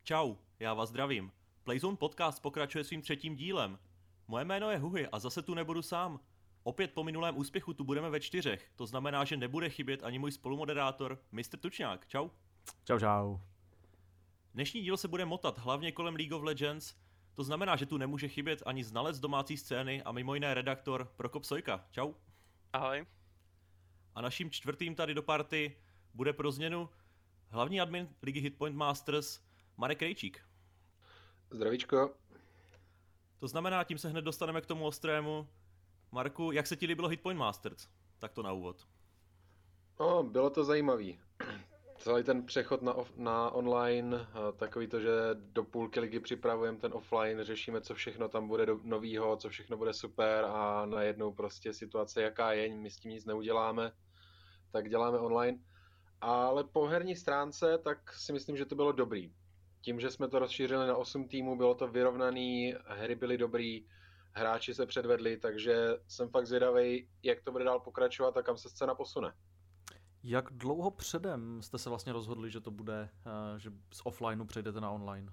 Čau, já vás zdravím. Playzone podcast pokračuje svým třetím dílem. Moje jméno je Huhy a zase tu nebudu sám. Opět po minulém úspěchu tu budeme ve čtyřech, to znamená, že nebude chybět ani můj spolumoderátor, Mr. Tučňák. Čau. Čau, čau. Dnešní díl se bude motat hlavně kolem League of Legends, to znamená, že tu nemůže chybět ani znalec domácí scény a mimo jiné redaktor Prokop Sojka. Čau. Ahoj. A naším čtvrtým tady do party bude pro změnu hlavní admin ligy Hitpoint Masters Marek Krejčík. Zdravíčko. To znamená, tím se hned dostaneme k tomu ostrému. Marku, jak se ti líbilo Hitpoint Masters? Tak to na úvod. Bylo to zajímavý. Celý ten přechod na online, takový to, že do půlky ligy připravujeme ten offline, řešíme, co všechno tam bude novýho, co všechno bude super a najednou prostě situace, jaká je, my s tím nic neuděláme, tak děláme online. Ale po herní stránce, tak si myslím, že to bylo dobrý. Tím, že jsme to rozšířili na 8 týmů, bylo to vyrovnaný, hry byly dobrý, hráči se předvedli, takže jsem fakt zvědavý, jak to bude dál pokračovat a kam se scéna posune. Jak dlouho předem jste se vlastně rozhodli, že to bude, že z offlineu přejdete na online?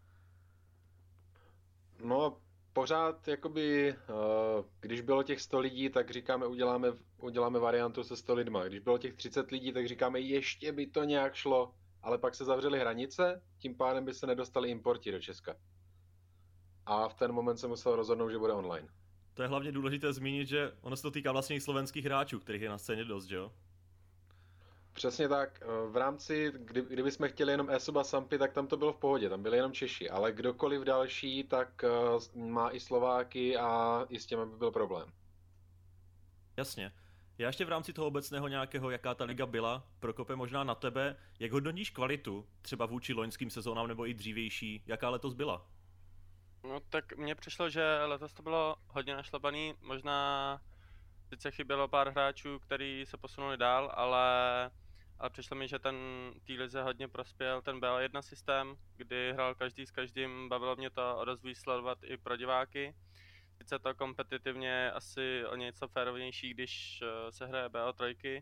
No, pořád jakoby, když bylo těch 100 lidí, tak říkáme, uděláme variantu se 100 lidma. Když bylo těch 30 lidí, tak říkáme, ještě by to nějak šlo, ale pak se zavřely hranice, tím pádem by se nedostali importi do Česka. A v ten moment se musel rozhodnout, že bude online. To je hlavně důležité zmínit, že ono se to týká vlastně i slovenských hráčů, kterých je na scéně dost, že jo? Přesně tak. V rámci, kdyby jsme chtěli jenom e-soba Sampy, tak tam to bylo v pohodě, tam byli jenom Češi, ale kdokoliv další, tak má i Slováky a i s těmi by byl problém. Jasně. Já ještě v rámci toho obecného nějakého, jaká ta liga byla, Prokope, možná na tebe, jak hodnotíš kvalitu, třeba vůči loňským sezónám nebo i dřívější, jaká letos byla? No tak mně přišlo, že letos to bylo hodně našlapaný, možná sice chybělo pár hráčů, kteří se posunuli dál, ale přišlo mi, že té lize hodně prospěl ten BO1 systém, kdy hrál každý s každým, bavilo mě to dost víc sledovat i pro diváky. Sice to kompetitivně asi o něco férovější, když se hraje BO3,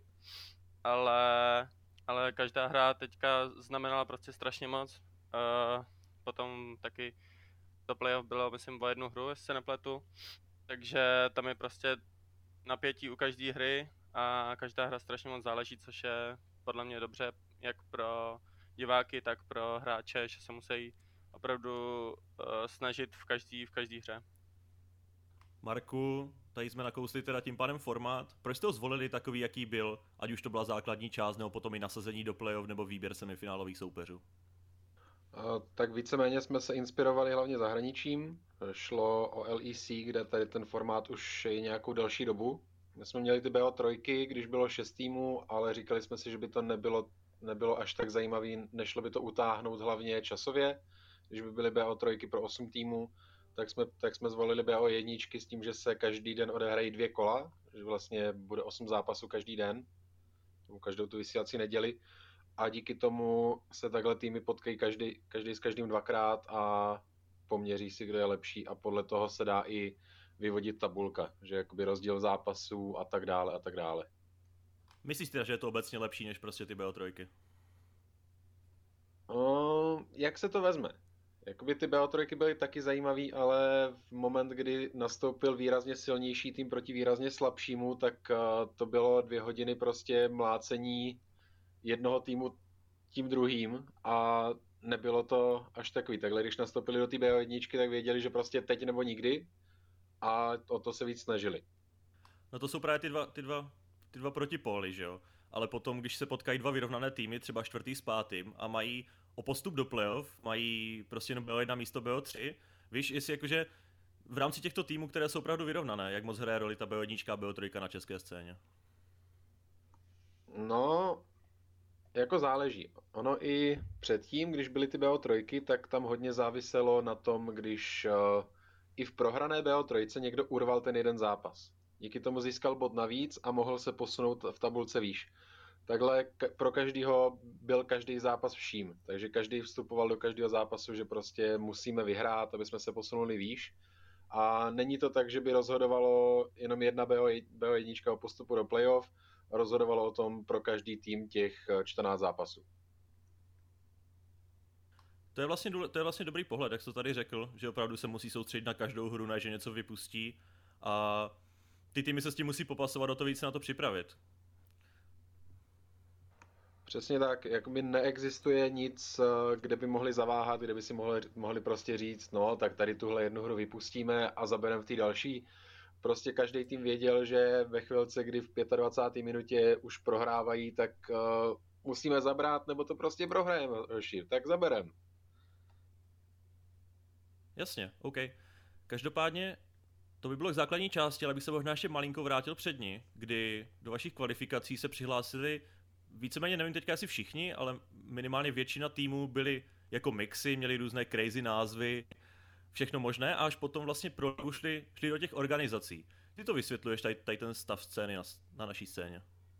ale každá hra teďka znamenala prostě strašně moc. Potom taky to playoff bylo, myslím, o jednu hru, jestli se nepletu. Takže tam je prostě napětí u každé hry a každá hra strašně moc záleží, což je podle mě dobře jak pro diváky, tak pro hráče, že se musí opravdu snažit v každé hře. Marku, tady jsme nakousli teda tím pádem formát. Proč jste ho zvolili takový, jaký byl, ať už to byla základní část, nebo potom i nasazení do playoff, nebo výběr semifinálových soupeřů? Tak víceméně jsme se inspirovali hlavně zahraničím. Šlo o LEC, kde tady ten formát už je nějakou delší dobu. My jsme měli ty BO3, když bylo 6 týmů, ale říkali jsme si, že by to nebylo až tak zajímavý, nešlo by to utáhnout hlavně časově. Když by byly BO3 pro 8 týmů, tak jsme zvolili BO1 s tím, že se každý den odehrají 2 kola, že vlastně bude 8 zápasů každý den, každou tu vysílací neděli. A díky tomu se takhle týmy potkají každý s každým dvakrát a poměří si, kdo je lepší a podle toho se dá i vyvodit tabulka, že jakoby rozdíl zápasů a tak dále a tak dále. Myslíš teda, že je to obecně lepší než prostě ty BO3? Jak se to vezme? Jakoby ty BO3 byly taky zajímavý, ale v moment, kdy nastoupil výrazně silnější tým proti výrazně slabšímu, tak to bylo 2 hodiny prostě mlácení jednoho týmu tím druhým a nebylo to až takový. Takhle když nastoupili do té BO1, tak věděli, že prostě teď nebo nikdy a o to se víc snažili. No to jsou právě ty dva protipóly, že jo? Ale potom, když se potkají dva vyrovnané týmy, třeba čtvrtý s pátým a mají o postup do playoff, mají prostě jenom BO1 místo BO3, víš, jestli jakože v rámci těchto týmů, které jsou opravdu vyrovnané, jak moc hraje roli ta BO1 a BO3 na české scéně? No, jako záleží. Ono i předtím, když byly ty BO3, tak tam hodně záviselo na tom, když i v prohrané BO3 někdo urval ten jeden zápas. Díky tomu získal bod navíc a mohl se posunout v tabulce výš. Takhle pro každýho byl každý zápas vším, takže každý vstupoval do každého zápasu, že prostě musíme vyhrát, aby jsme se posunuli výš. A není to tak, že by rozhodovalo jenom jedna BO1 o postupu do playoff, rozhodovalo o tom pro každý tým těch 14 zápasů. To je vlastně dobrý pohled, jak jsi to tady řekl, že opravdu se musí soustředit na každou hru, ne že něco vypustí a ty týmy se s tím musí popasovat, o to víc se na to připravit. Přesně tak, jakoby neexistuje nic, kde by mohli zaváhat, kde by si mohli prostě říct, no, tak tady tuhle jednu hru vypustíme a zabereme v té další. Prostě každý tým věděl, že ve chvilce, kdy v 25. minutě už prohrávají, tak musíme zabrat, nebo to prostě prohrajeme, tak zaberem. Jasně, OK. Každopádně to by bylo k základní části, ale bych se možná ještě malinko vrátil před ní, kdy do vašich kvalifikací se přihlásili víceméně, nevím teďka asi všichni, ale minimálně většina týmů byly jako mixy, měli různé crazy názvy, všechno možné a až potom vlastně šli do těch organizací. Ty to vysvětluješ, tady ten stav scény na naší scéně.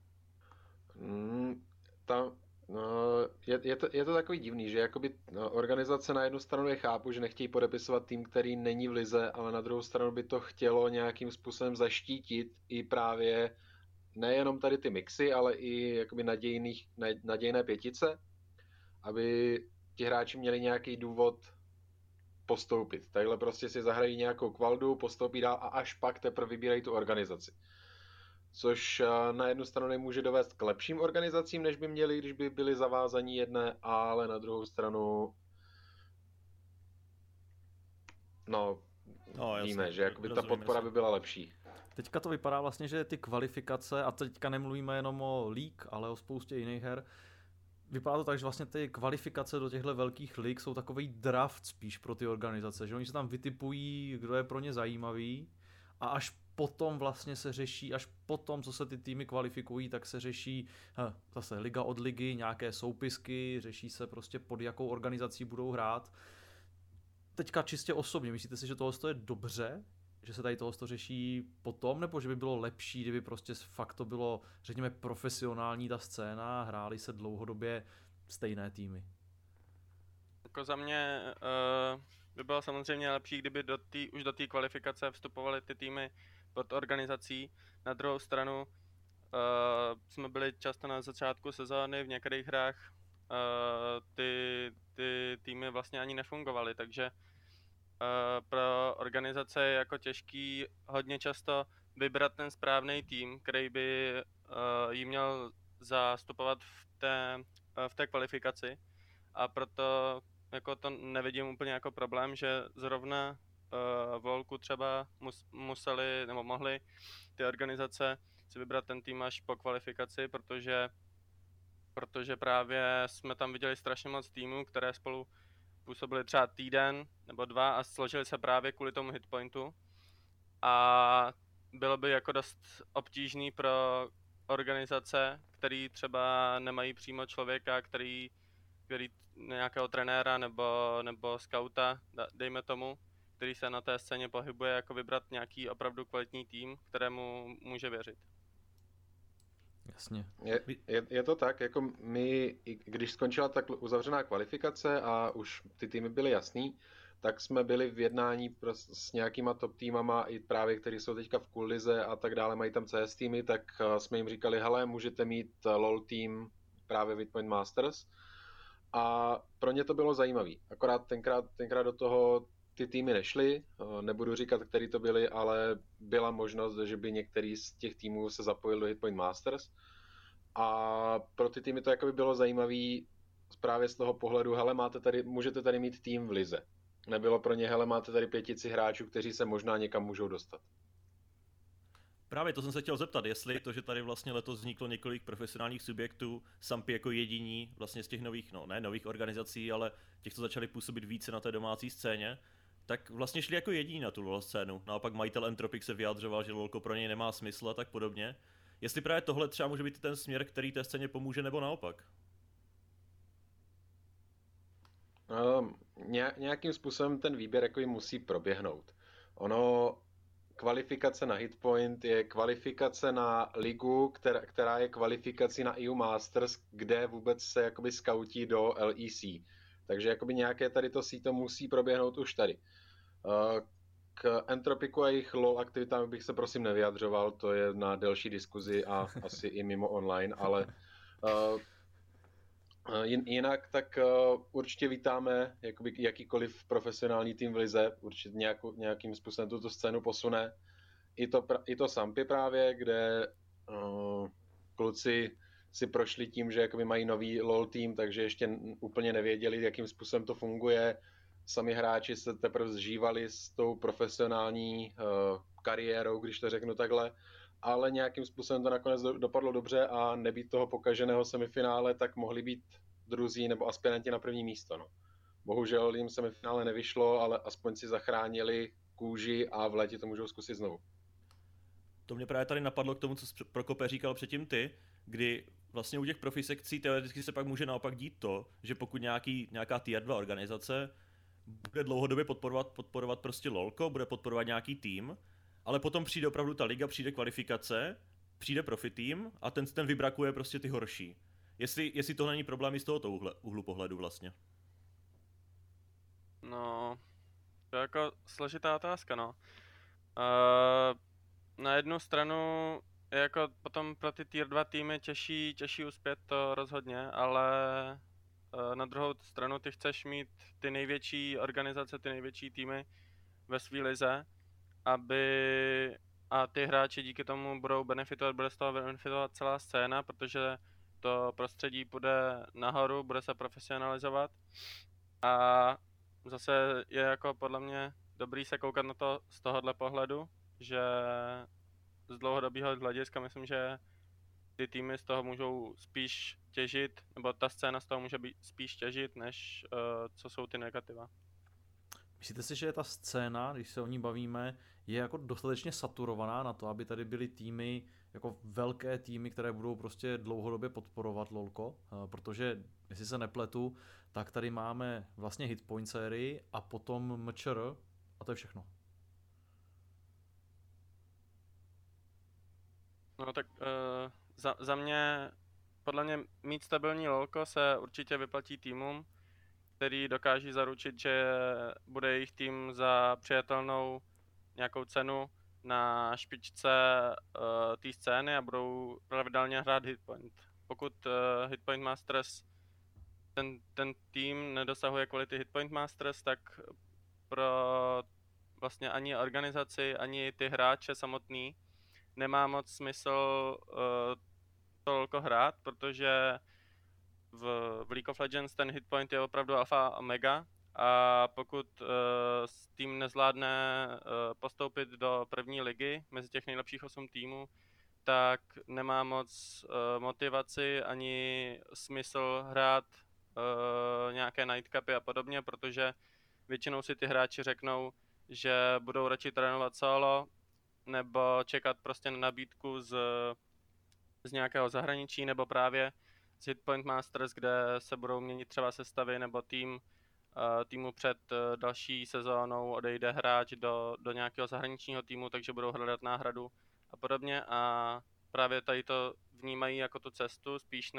Je to takový divný, že jakoby organizace na jednu stranu je chápu, že nechtějí podepisovat tým, který není v lize, ale na druhou stranu by to chtělo nějakým způsobem zaštítit i právě nejenom tady ty mixy, ale i jakoby nadějné pětice, aby ti hráči měli nějaký důvod postoupit. Takhle prostě si zahrají nějakou kvaldu, postoupí dál a až pak teprve vybírají tu organizaci. Což na jednu stranu nemůže dovést k lepším organizacím, než by měli, když by byli zavázaní jedné, ale na druhou stranu víme, že jakoby ta podpora by byla lepší. Teďka to vypadá vlastně, že ty kvalifikace, a teďka nemluvíme jenom o League, ale o spoustě jiných her, vypadá to tak, že vlastně ty kvalifikace do těchto velkých lig jsou takový draft spíš pro ty organizace, že oni se tam vytipují, kdo je pro ně zajímavý a až potom vlastně se řeší, až potom, co se ty týmy kvalifikují, tak se řeší zase liga od ligy, nějaké soupisky, řeší se prostě pod jakou organizací budou hrát. Teďka čistě osobně, myslíte si, že tohle je dobře? Že se tady tohle řeší potom, nebo že by bylo lepší, kdyby prostě fakt to bylo, řekněme, profesionální ta scéna, hráli se dlouhodobě stejné týmy? Jako za mě by bylo samozřejmě lepší, kdyby už do té kvalifikace vstupovaly ty týmy pod organizací. Na druhou stranu jsme byli často na začátku sezóny, v některých hrách ty týmy vlastně ani nefungovaly, takže pro organizace je jako těžký hodně často vybrat ten správný tým, který by jí měl zastupovat v té kvalifikaci, a proto jako to nevidím úplně jako problém, že zrovna v LoLku třeba museli nebo mohli ty organizace si vybrat ten tým až po kvalifikaci, protože právě jsme tam viděli strašně moc týmů, které spolu působili třeba týden nebo dva a složili se právě kvůli tomu hitpointu, a bylo by jako dost obtížný pro organizace, který třeba nemají přímo člověka, který nějakého trenéra nebo skauta, dejme tomu, který se na té scéně pohybuje, jako vybrat nějaký opravdu kvalitní tým, kterému může věřit. Jasně. Je to tak, jako my, když skončila tak uzavřená kvalifikace a už ty týmy byly jasný, tak jsme byli v jednání s nějakýma top týmama, i právě, který jsou teďka v Cool Lize a tak dále, mají tam CS týmy, tak jsme jim říkali, hele, můžete mít LoL tým právě Witpoint Masters. A pro ně to bylo zajímavý. Akorát tenkrát do toho ty týmy nešly, nebudu říkat, který to byly, ale byla možnost, že by některý z těch týmů se zapojil do Hitpoint Masters. A pro ty týmy to jakoby bylo zajímavý právě z toho pohledu, hele, můžete tady mít tým v lize. Nebylo pro ně, hele, máte tady 5 hráčů, kteří se možná někam můžou dostat. Právě to jsem se chtěl zeptat, jestli to, že tady vlastně letos vzniklo několik profesionálních subjektů, Sampy jako jediní vlastně z těch nových, no ne nových organizací, ale těch, co začali působit více na té domácí scéně, tak vlastně šli jako jediní na tu LoL scénu. Naopak majitel Entropic se vyjadřoval, že LoLko pro něj nemá smysl a tak podobně. Jestli právě tohle třeba může být ten směr, který té scéně pomůže, nebo naopak? Nějakým způsobem ten výběr jako musí proběhnout. Kvalifikace na Hitpoint je kvalifikace na ligu, která je kvalifikací na EU Masters, kde vůbec se jakoby skautí do LEC. Takže jakoby nějaké tady to síto musí proběhnout už tady. K Entropiku a jejich LoL aktivitám bych se prosím nevyjadřoval, to je na delší diskuzi a asi i mimo online, ale Jinak tak určitě vítáme jakoby jakýkoliv profesionální tým v lize, určitě nějakým způsobem tuto scénu posune. I to Sampy právě, kde kluci si prošli tím, že jakoby mají nový LoL tým, takže ještě úplně nevěděli, jakým způsobem to funguje. Sami hráči se teprve zžívali s tou profesionální kariérou, když to řeknu takhle, ale nějakým způsobem to nakonec dopadlo dobře a nebýt toho pokaženého semifinále, tak mohli být druzí nebo aspiranti na první místo. No. Bohužel jim semifinále nevyšlo, ale aspoň si zachránili kůži a v létě to můžou zkusit znovu. To mě právě tady napadlo k tomu, co Prokope říkal předtím ty, kdy vlastně u těch profi sekcí teoreticky se pak může naopak dít to, že pokud nějaká tier 2 organizace bude dlouhodobě podporovat prostě LoLko, bude podporovat nějaký tým, ale potom přijde opravdu ta liga, přijde kvalifikace, přijde profi tým a ten vybrakuje prostě ty horší. Jestli to není problém i z tohoto úhlu pohledu vlastně. No, to je jako složitá otázka, no. Na jednu stranu je jako potom pro ty tier 2 týmy těžší uspět, to rozhodně, ale na druhou stranu ty chceš mít ty největší organizace, ty největší týmy ve své lize, a ty hráči díky tomu budou benefitovat, bude z toho benefitovat celá scéna, protože to prostředí půjde nahoru, bude se profesionalizovat a zase je jako podle mě dobrý se koukat na to z tohohle pohledu, že z dlouhodobého hlediska myslím, že ty týmy z toho můžou spíš těžit, nebo ta scéna z toho může být spíš těžit, než co jsou ty negativa. Myslíte si, že ta scéna, když se o ní bavíme, je jako dostatečně saturovaná na to, aby tady byly týmy, jako velké týmy, které budou prostě dlouhodobě podporovat LoLko? Protože, jestli se nepletu, tak tady máme vlastně Hitpoint sérii a potom MČR a to je všechno. No tak za mě, podle mě mít stabilní LoLko se určitě vyplatí týmům, který dokáží zaručit, že bude jejich tým za přijatelnou nějakou cenu na špičce té scény a budou pravidelně hrát Hitpoint. Pokud Hitpoint Masters ten tým nedosahuje kvality Hitpoint Masters, tak pro vlastně ani organizaci, ani ty hráče samotný nemá moc smysl toliko hrát, protože v League of Legends ten hitpoint je opravdu alfa a omega a pokud tým nezvládne postoupit do první ligy mezi těch nejlepších 8 týmů, tak nemá moc motivaci ani smysl hrát nějaké nightcapy a podobně, protože většinou si ty hráči řeknou, že budou radši trénovat solo nebo čekat prostě na nabídku z nějakého zahraničí nebo právě z Hitpoint Masters, kde se budou měnit třeba sestavy nebo týmu před další sezónou odejde hráč do nějakého zahraničního týmu, takže budou hledat náhradu a podobně a právě tady to vnímají jako tu cestu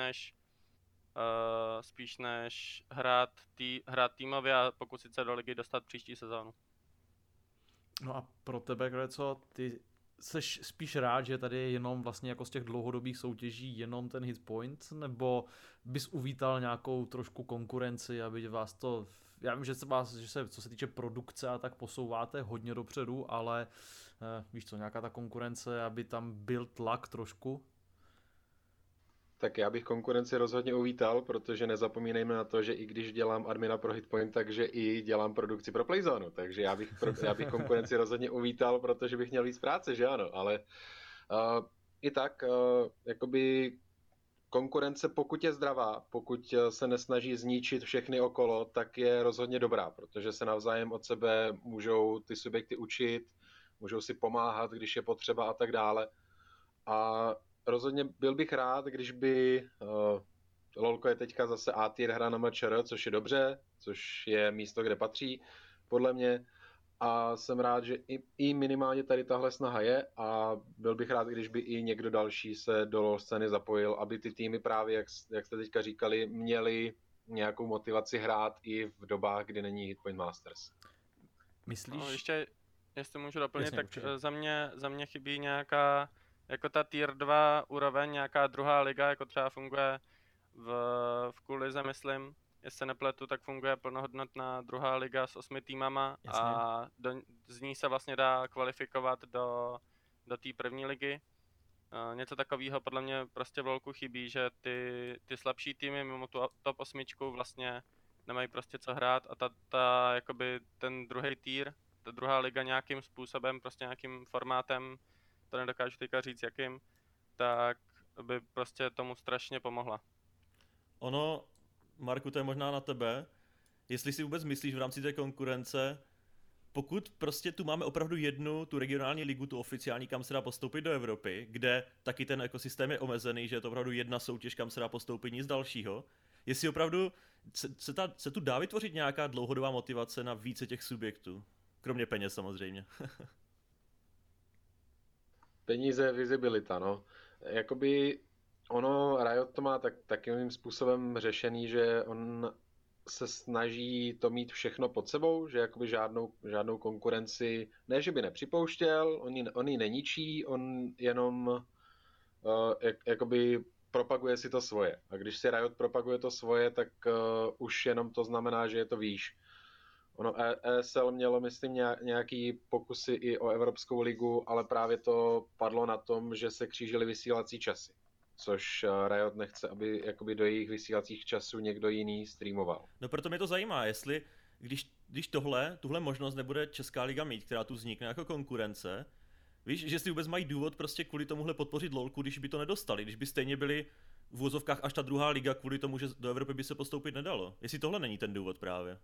spíš než hrát týmově a pokusit se do ligy dostat příští sezónu. No a pro tebe, Greco, ty seš spíš rád, že tady je jenom vlastně jako z těch dlouhodobých soutěží jenom ten Hitpoint, nebo bys uvítal nějakou trošku konkurenci, aby vás to, já vím, že se co se týče produkce a tak posouváte hodně dopředu, ale víš co, nějaká ta konkurence, aby tam byl tlak trošku? Tak já bych konkurenci rozhodně uvítal, protože nezapomínejme na to, že i když dělám admina pro Hitpoint, takže i dělám produkci pro Playzone, takže já bych konkurenci rozhodně uvítal, protože bych měl víc práce, že ano, ale i tak, jakoby konkurence, pokud je zdravá, pokud se nesnaží zničit všechny okolo, tak je rozhodně dobrá, protože se navzájem od sebe můžou ty subjekty učit, můžou si pomáhat, když je potřeba a tak dále. A rozhodně byl bych rád, když by LoLko je teďka zase A-tier hra na MČR, což je dobře, což je místo, kde patří, podle mě. A jsem rád, že i minimálně tady tahle snaha je a byl bych rád, když by i někdo další se do LoL scény zapojil, aby ty týmy právě, jak jste teďka říkali, měli nějakou motivaci hrát i v dobách, kdy není Hitpoint Masters. Myslíš? No, ještě, jestli můžu doplnit, Jasně, tak určitě. za mě chybí nějaká, jako ta tier 2 úroveň, nějaká druhá liga, jako třeba funguje v Cool lize, myslím, jestli se nepletu, tak funguje plnohodnotná druhá liga s 8 týmama. Jasně. A z ní se vlastně dá kvalifikovat do té první ligy. Něco takového podle mě prostě v LoLku chybí, že ty slabší týmy mimo tu top 8 vlastně nemají prostě co hrát a jakoby ten druhý tier, ta druhá liga nějakým způsobem, prostě nějakým formátem, to nedokážu teďka říct jakým, tak by prostě tomu strašně pomohla. Ono, Marku, to je možná na tebe, jestli si vůbec myslíš v rámci té konkurence, pokud prostě tu máme opravdu jednu, tu regionální ligu, tu oficiální, kam se dá postoupit do Evropy, kde taky ten ekosystém je omezený, že je to opravdu jedna soutěž, kam se dá postoupit, nic dalšího, jestli opravdu se tu dá vytvořit nějaká dlouhodobá motivace na více těch subjektů, kromě peněz samozřejmě. Peníze, vizibilita, no. Jakoby ono, Riot to má takovým způsobem řešený, že on se snaží to mít všechno pod sebou, že jakoby žádnou konkurenci, ne že by nepřipouštěl, on ji neničí, on jenom jakoby propaguje si to svoje. A když si Riot propaguje to svoje, tak už jenom to znamená, že je to výš. Ono ESL mělo, myslím, nějaký pokusy i o Evropskou ligu, ale právě to padlo na tom, že se křížily vysílací časy. Což Riot nechce, aby jakoby do jejich vysílacích časů někdo jiný streamoval. No proto mě to zajímá, jestli, když tuhle možnost nebude Česká liga mít, která tu vznikne jako konkurence, víš, že si vůbec mají důvod prostě kvůli tomuhle podpořit LoLku, když by to nedostali, když by stejně byli v vozovkách až ta druhá liga kvůli tomu, že do Evropy by se postoupit nedalo. Jestli tohle není ten důvod právě.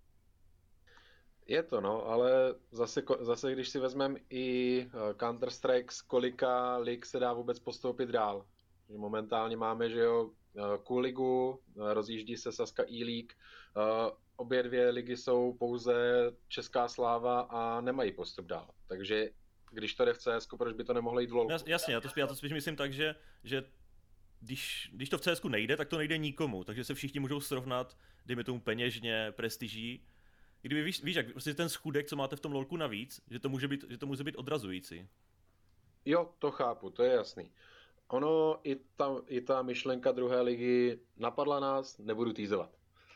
Je to, no, ale zase když si vezmeme i Counter-Strike, z kolika lig se dá vůbec postoupit dál. Že momentálně máme, že jo, Q ligu, rozjíždí se Sazka E-League, obě dvě ligy jsou pouze Česká sláva a nemají postup dál. Takže když to jde v CS, proč by to nemohlo jít v LoLku? Jasně, já to spíš myslím tak, že když to v CSku nejde, tak to nejde nikomu, takže se všichni můžou srovnat, dejme tomu peněžně, prestiží. Kdyby víš, jak prostě ten schůdek, co máte v tom LoLku navíc, že to může být odrazující. Jo, to chápu, to je jasný. Ono, i ta myšlenka druhé ligy napadla nás, nebudu týzovat.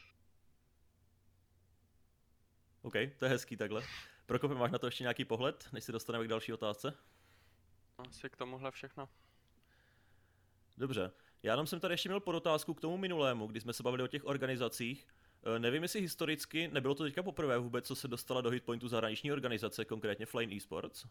OK, to je hezký takhle. Prokope, máš na to ještě nějaký pohled, než se dostaneme k další otázce? Asi k tomuhle všechno. Dobře, já jenom jsem tady ještě měl podotázku k tomu minulému, kdy jsme se bavili o těch organizacích. Nevím, jestli historicky nebylo to teďka poprvé vůbec, co se dostala do hitpointu zahraniční organizace, konkrétně Flame Esports.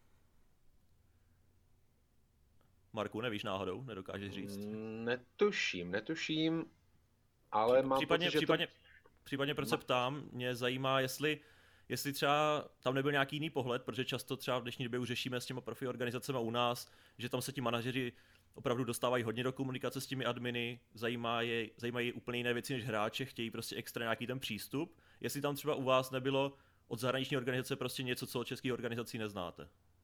Marku, nevíš náhodou, nedokážeš říct? Netuším, ale mám pocit, že Případně proč se ptám, mě zajímá, jestli třeba tam nebyl nějaký jiný pohled, protože často třeba v dnešní době už řešíme s těma profi organizacemi u nás, že tam se ti manažeři opravdu dostávají hodně do komunikace s těmi adminy, zajímají úplně jiné věci než hráče, chtějí prostě extra nějaký ten přístup. Jestli tam třeba u vás nebylo od zahraniční organizace prostě něco, co od českých organizací neznáte.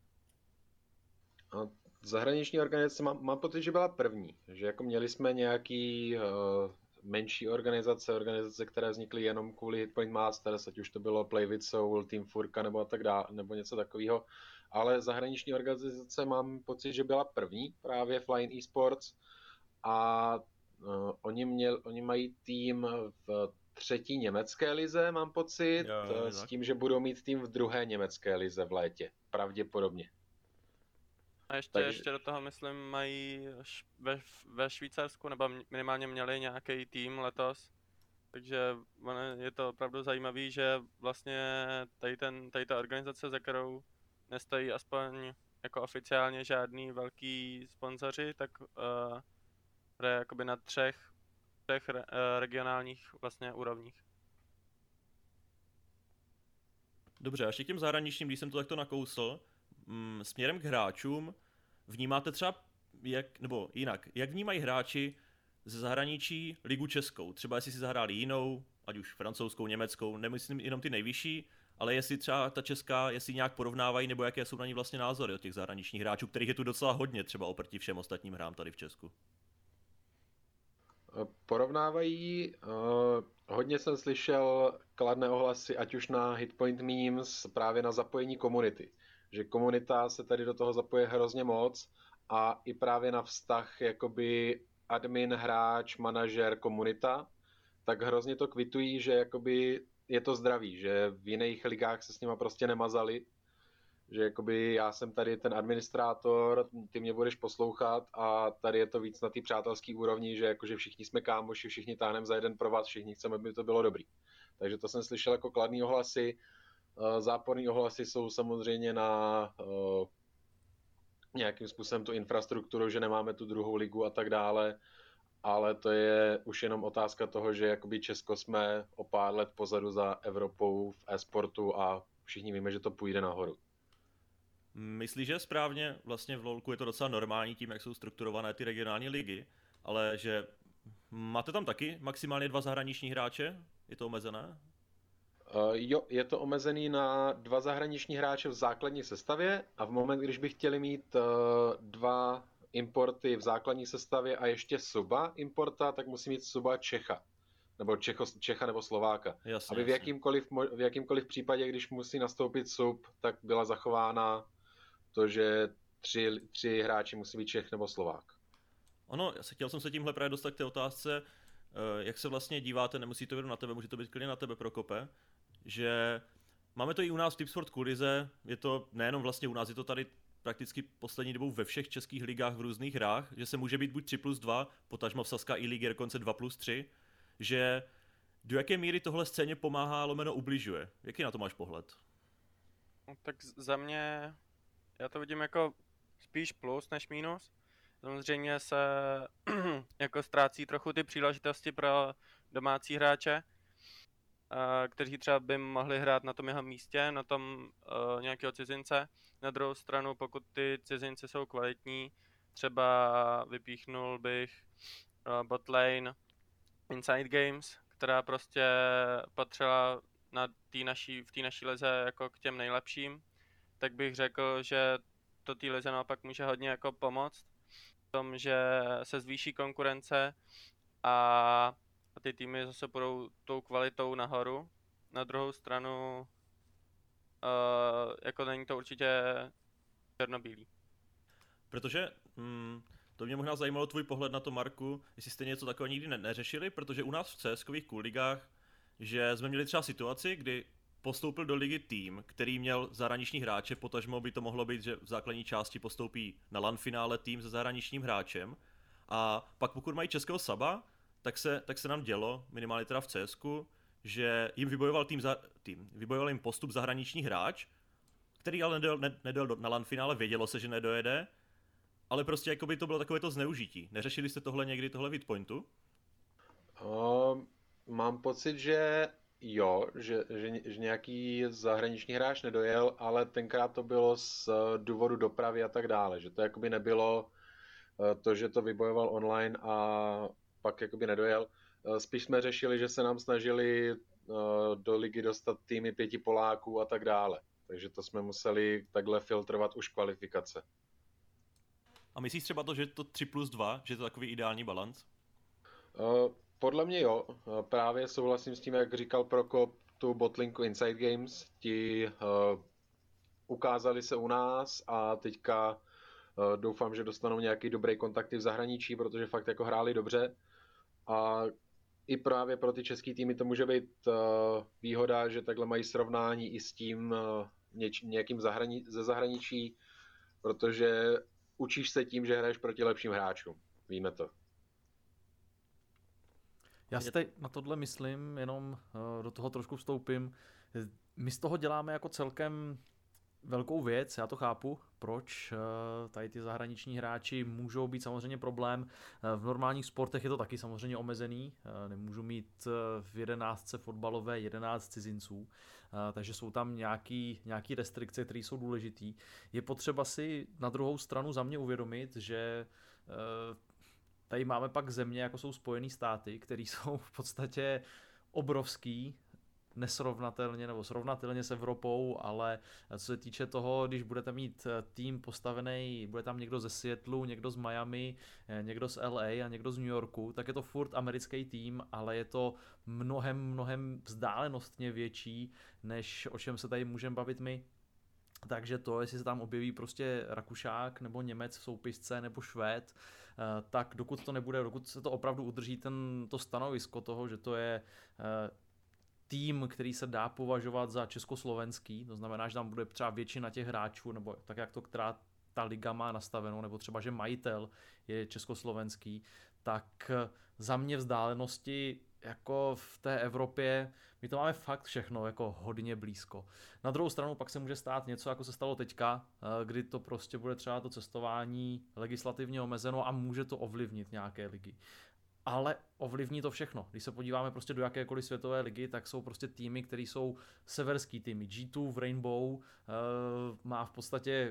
Zahraniční organizace mám pocit, že byla první, že jako měli jsme nějaký menší organizace, které vznikly jenom kvůli Hitpoint Masters, ať už to bylo Play with Soul, Team Furka nebo tak dále, nebo něco takového. Ale zahraniční organizace mám pocit, že byla první, právě Flying Esports. A oni mají tým v 3. německé lize, mám pocit, s tím, že budou mít tým v 2. německé lize v létě, pravděpodobně. A ještě do toho, myslím, mají ve Švýcarsku, nebo minimálně měli nějaký tým letos. Takže je to opravdu zajímavý, že vlastně tady ta organizace, za kterou nestojí aspoň jako oficiálně žádný velký sponzoři, tak hraje jakoby na třech regionálních vlastně úrovních. Dobře, a ještě k těm zahraničním, když jsem to takto nakousl, směrem k hráčům, vnímáte třeba, jak vnímají hráči ze zahraničí ligu českou? Třeba jestli si zahráli jinou, ať už francouzskou, německou, nemyslím jenom ty nejvyšší, ale jestli třeba ta česká, jestli nějak porovnávají, nebo jaké jsou na ní vlastně názory od těch zahraničních hráčů, kterých je tu docela hodně, třeba oproti všem ostatním hrám tady v Česku. Porovnávají, hodně jsem slyšel kladné ohlasy, ať už na Hitpoint Memes, právě na zapojení komunity. Že komunita se tady do toho zapoje hrozně moc a i právě na vztah jakoby admin, hráč, manažer, komunita, tak hrozně to kvitují, že jakoby je to zdravý, že v jiných ligách se s nima prostě nemazali, že jakoby já jsem tady ten administrátor, ty mě budeš poslouchat a tady je to víc na té přátelské úrovni, že jakože všichni jsme kámoši, všichni táhneme za jeden pro vás, všichni chceme, aby to bylo dobrý. Takže to jsem slyšel jako kladný ohlasy. Záporný ohlasy jsou samozřejmě na nějakým způsobem tu infrastrukturu, že nemáme tu druhou ligu a tak dále, ale to je už jenom otázka toho, že jakoby Česko jsme o pár let pozadu za Evropou v e-sportu a všichni víme, že to půjde nahoru. Myslíš, že správně, vlastně v LoLku je to docela normální tím, jak jsou strukturované ty regionální ligy, ale že máte tam taky maximálně 2 zahraniční hráče? Je to omezené? Jo, je to omezený na 2 zahraniční hráče v základní sestavě a v moment, když by chtěli mít 2 importy v základní sestavě a ještě suba importa, tak musí mít suba Čecha. Nebo Čecha nebo Slováka. Jasně, aby v jakýmkoliv případě, když musí nastoupit sub, tak byla zachována to, že 3 hráči musí být Čech nebo Slovák. Ono, chtěl jsem se tímhle právě dostat k té otázce, jak se vlastně díváte, nemusí to být na tebe, může to být klidně na tebe, Prokope, že máme to i u nás v Tipsport Kulize, je to nejenom vlastně u nás, je to tady prakticky poslední dobou ve všech českých ligách v různých hrách, že se může být buď 3+2, potažmo v Saska i ligy dokonce 2+3, že do jaké míry tohle scéně pomáhá, lomeno ubližuje. Jaký na to máš pohled? No, tak za mě, já to vidím jako spíš plus než minus. Samozřejmě se jako ztrácí trochu ty příležitosti pro domácí hráče, kteří třeba by mohli hrát na tom jeho místě, na tom nějakého cizince. Na druhou stranu, pokud ty cizinci jsou kvalitní, třeba vypíchnul bych botlane Inside Games, která prostě patřila v té naší lize jako k těm nejlepším, tak bych řekl, že to té lize naopak může hodně jako pomoct v tom, že se zvýší konkurence a ty týmy zase budou tou kvalitou nahoru. Na druhou stranu jako není to určitě černobílý. Protože to mě možná zajímalo tvůj pohled na to, Marku, jestli jste něco takového nikdy neřešili, protože u nás v CS-kových cool ligách, že jsme měli třeba situaci, kdy postoupil do ligy tým, který měl zahraniční hráče, potažmo by to mohlo být, že v základní části postoupí na LAN finále tým se zahraničním hráčem a pak pokud mají českého saba, tak se nám dělo, minimálně teda v CSku, že jim vybojoval jim postup zahraniční hráč, který ale nedojel na LAN finále, vědělo se, že nedojede, ale prostě jako by to bylo takovéto zneužití. Neřešili jste tohle někdy, tohle Vidpointu? Mám pocit, že jo, že nějaký zahraniční hráč nedojel, ale tenkrát to bylo z důvodu dopravy a tak dále, že to jakoby nebylo to, že to vybojoval online a pak jakoby nedojel. Spíš jsme řešili, že se nám snažili do ligy dostat týmy 5 Poláků a tak dále. Takže to jsme museli takhle filtrovat už kvalifikace. A myslíš třeba to, že je to 3+2, že je to takový ideální balanc? Podle mě jo. Právě souhlasím s tím, jak říkal Prokop, tu botlinku Inside Games. Ti ukázali se u nás a teďka doufám, že dostanou nějaký dobrý kontakty v zahraničí, protože fakt jako hráli dobře. A i právě pro ty český týmy to může být výhoda, že takhle mají srovnání i s tím nějakým ze zahraničí, protože učíš se tím, že hraješ proti lepším hráčům. Víme to. Já si tady na tohle myslím, jenom do toho trošku vstoupím. My z toho děláme jako celkem velkou věc, já to chápu, proč tady ty zahraniční hráči můžou být samozřejmě problém. V normálních sportech je to taky samozřejmě omezený, nemůžu mít v 11 fotbalové 11 cizinců, takže jsou tam nějaký restrikce, které jsou důležitý. Je potřeba si na druhou stranu za mě uvědomit, že tady máme pak země, jako jsou Spojené státy, které jsou v podstatě obrovský, nesrovnatelně nebo srovnatelně s Evropou, ale co se týče toho, když budete mít tým postavený, bude tam někdo ze Seattlu, někdo z Miami, někdo z LA a někdo z New Yorku, tak je to furt americký tým, ale je to mnohem vzdálenostně větší, než o čem se tady můžeme bavit my. Takže to, jestli se tam objeví prostě Rakušák nebo Němec v soupisce nebo Švéd, tak dokud to nebude, dokud se to opravdu udrží to stanovisko toho, že to je tým, který se dá považovat za československý, to znamená, že tam bude třeba většina těch hráčů, nebo tak, jak to která ta liga má nastavenou, nebo třeba, že majitel je československý, tak za mě vzdálenosti jako v té Evropě, my to máme fakt všechno jako hodně blízko. Na druhou stranu pak se může stát něco, jako se stalo teďka, kdy to prostě bude třeba to cestování legislativně omezeno a může to ovlivnit nějaké ligy. Ale ovlivní to všechno. Když se podíváme prostě do jakékoliv světové ligy, tak jsou prostě týmy, které jsou severský týmy. G2 v Rainbow má v podstatě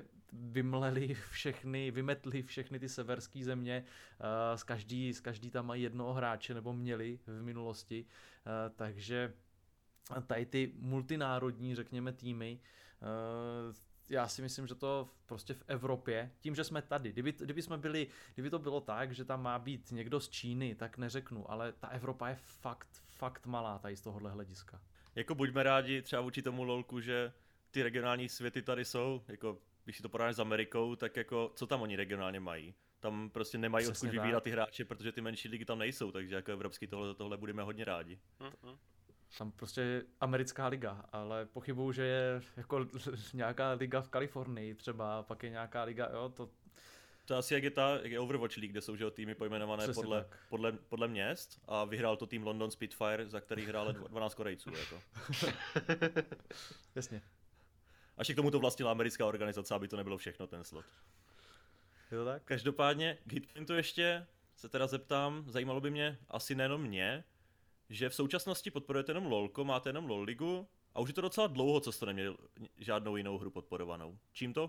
vymetli všechny ty severské země. Z každý tam mají jednoho hráče, nebo měli v minulosti. Takže tady ty multinárodní, řekněme, týmy, já si myslím, že to prostě v Evropě, tím, že jsme tady, kdyby to bylo tak, že tam má být někdo z Číny, tak neřeknu, ale ta Evropa je fakt malá tady z tohohle hlediska. Jako buďme rádi třeba vůči tomu lolku, že ty regionální světy tady jsou, jako když si to porovnáš s Amerikou, tak jako co tam oni regionálně mají? Tam prostě nemají odkud vybírat ty hráče, protože ty menší ligy tam nejsou, takže jako evropský tohle budeme hodně rádi. Tam prostě americká liga, ale pochybuju, že je jako nějaká liga v Kalifornii třeba, pak je nějaká liga, jo, to... To asi jak je Overwatch League, kde jsou že týmy pojmenované podle měst a vyhrál to tým London Spitfire, za který hráli 12 Korejců, jako. Jasně. Až k tomu to vlastnila americká organizace, aby to nebylo všechno ten slot. Je to tak? Každopádně k Hitpointu ještě se teda zeptám, zajímalo by mě, asi nejenom mě, že v současnosti podporujete jenom LoLko, máte jenom LoL ligu a už je to docela dlouho, co jste neměli žádnou jinou hru podporovanou. Čím to?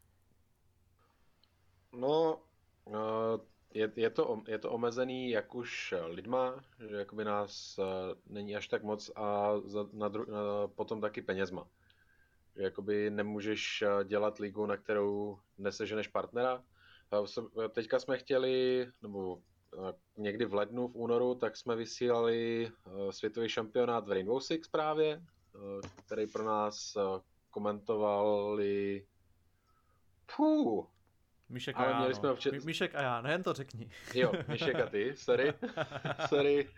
No, je to omezený jak už lidma, že jakoby nás není až tak moc a potom taky penězma. Že jakoby nemůžeš dělat ligu, na kterou neseženeš partnera. Teďka jsme chtěli, nebo někdy v lednu, v únoru, tak jsme vysílali světový šampionát v Rainbow Six právě, který pro nás komentovali... Mišek a já, Mišek a já, nejen to řekni. Jo, Mišek a ty, sorry.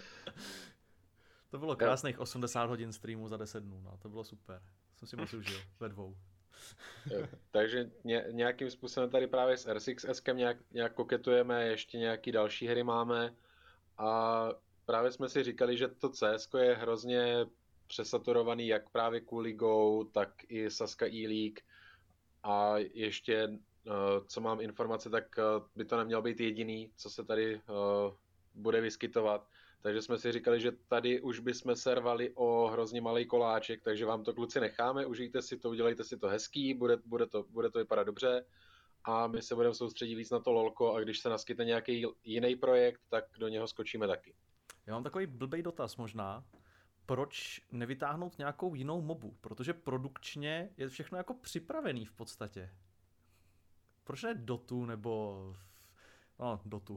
To bylo krásných 80 hodin streamu za 10 dnů, no, to bylo super. Jsem si moc užil, ve dvou. Jo, takže nějakým způsobem tady právě s R6S nějak koketujeme, ještě nějaký další hry máme a právě jsme si říkali, že to CSko je hrozně přesaturovaný jak právě kvůli Go, tak i Saska E-League a ještě, co mám informace, tak by to nemělo být jediný, co se tady bude vyskytovat. Takže jsme si říkali, že tady už bychom servali o hrozně malý koláček, takže vám to kluci necháme, užijte si to, udělejte si to hezký, bude to vypadat dobře a my se budeme soustředit víc na to lolko a když se naskytne nějaký jiný projekt, tak do něho skočíme taky. Já mám takový blbej dotaz možná, proč nevytáhnout nějakou jinou mobu, protože produkčně je všechno jako připravený v podstatě. Proč ne Dotu nebo... No, Dotu.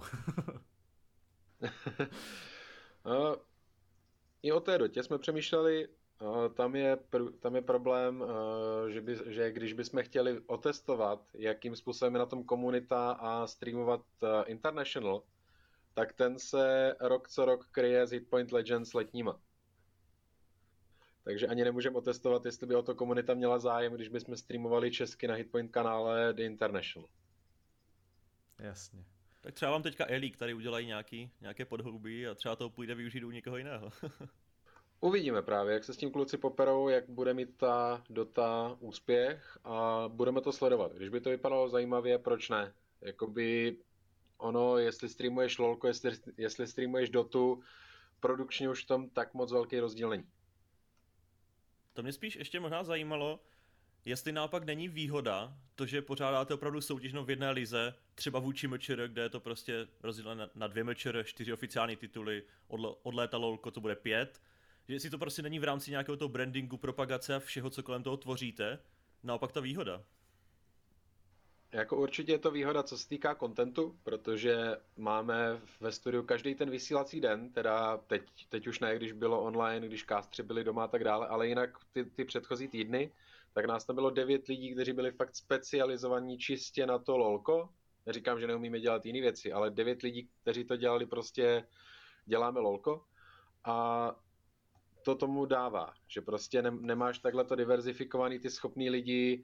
I o té Dotě jsme přemýšleli, tam je problém, že když bychom chtěli otestovat, jakým způsobem je na tom komunita a streamovat International, tak ten se rok co rok kryje z Hitpoint Legends letníma. Takže ani nemůžeme otestovat, jestli by o to komunita měla zájem, když bychom streamovali česky na Hitpoint kanále The International. Jasně. Tak třeba vám teďka E-League tady udělají nějaké podhoubí a třeba to půjde využít u někoho jiného. Uvidíme právě, jak se s tím kluci poperou, jak bude mít ta Dota úspěch a budeme to sledovat. Když by to vypadalo zajímavě, proč ne? Jakoby ono, jestli streamuješ LoLko, jestli streamuješ Dotu, produkčně už v tom tak moc velký rozdíl není. To mě spíš ještě možná zajímalo, jestli naopak není výhoda to, že pořádáte opravdu soutěžnou v jedné lize, třeba vůči MČR, kde je to prostě rozdělené na 2 MČR, 4 oficiální tituly, od léta LoLko to bude 5, že jestli to prostě není v rámci nějakého toho brandingu, propagace a všeho, co kolem toho tvoříte, naopak ta výhoda. Jako určitě je to výhoda, co se týká kontentu, protože máme ve studiu každý ten vysílací den, teda teď už ne, když bylo online, když kástři byli doma a tak dále, ale jinak ty předchozí týdny, tak nás tam bylo 9 lidí, kteří byli fakt specializovaní čistě na to LoLko neříkám, že neumíme dělat jiné věci, ale 9 lidí, kteří to dělali, prostě děláme lolko a to tomu dává, že prostě nemáš takhle to diverzifikovaný ty schopný lidi,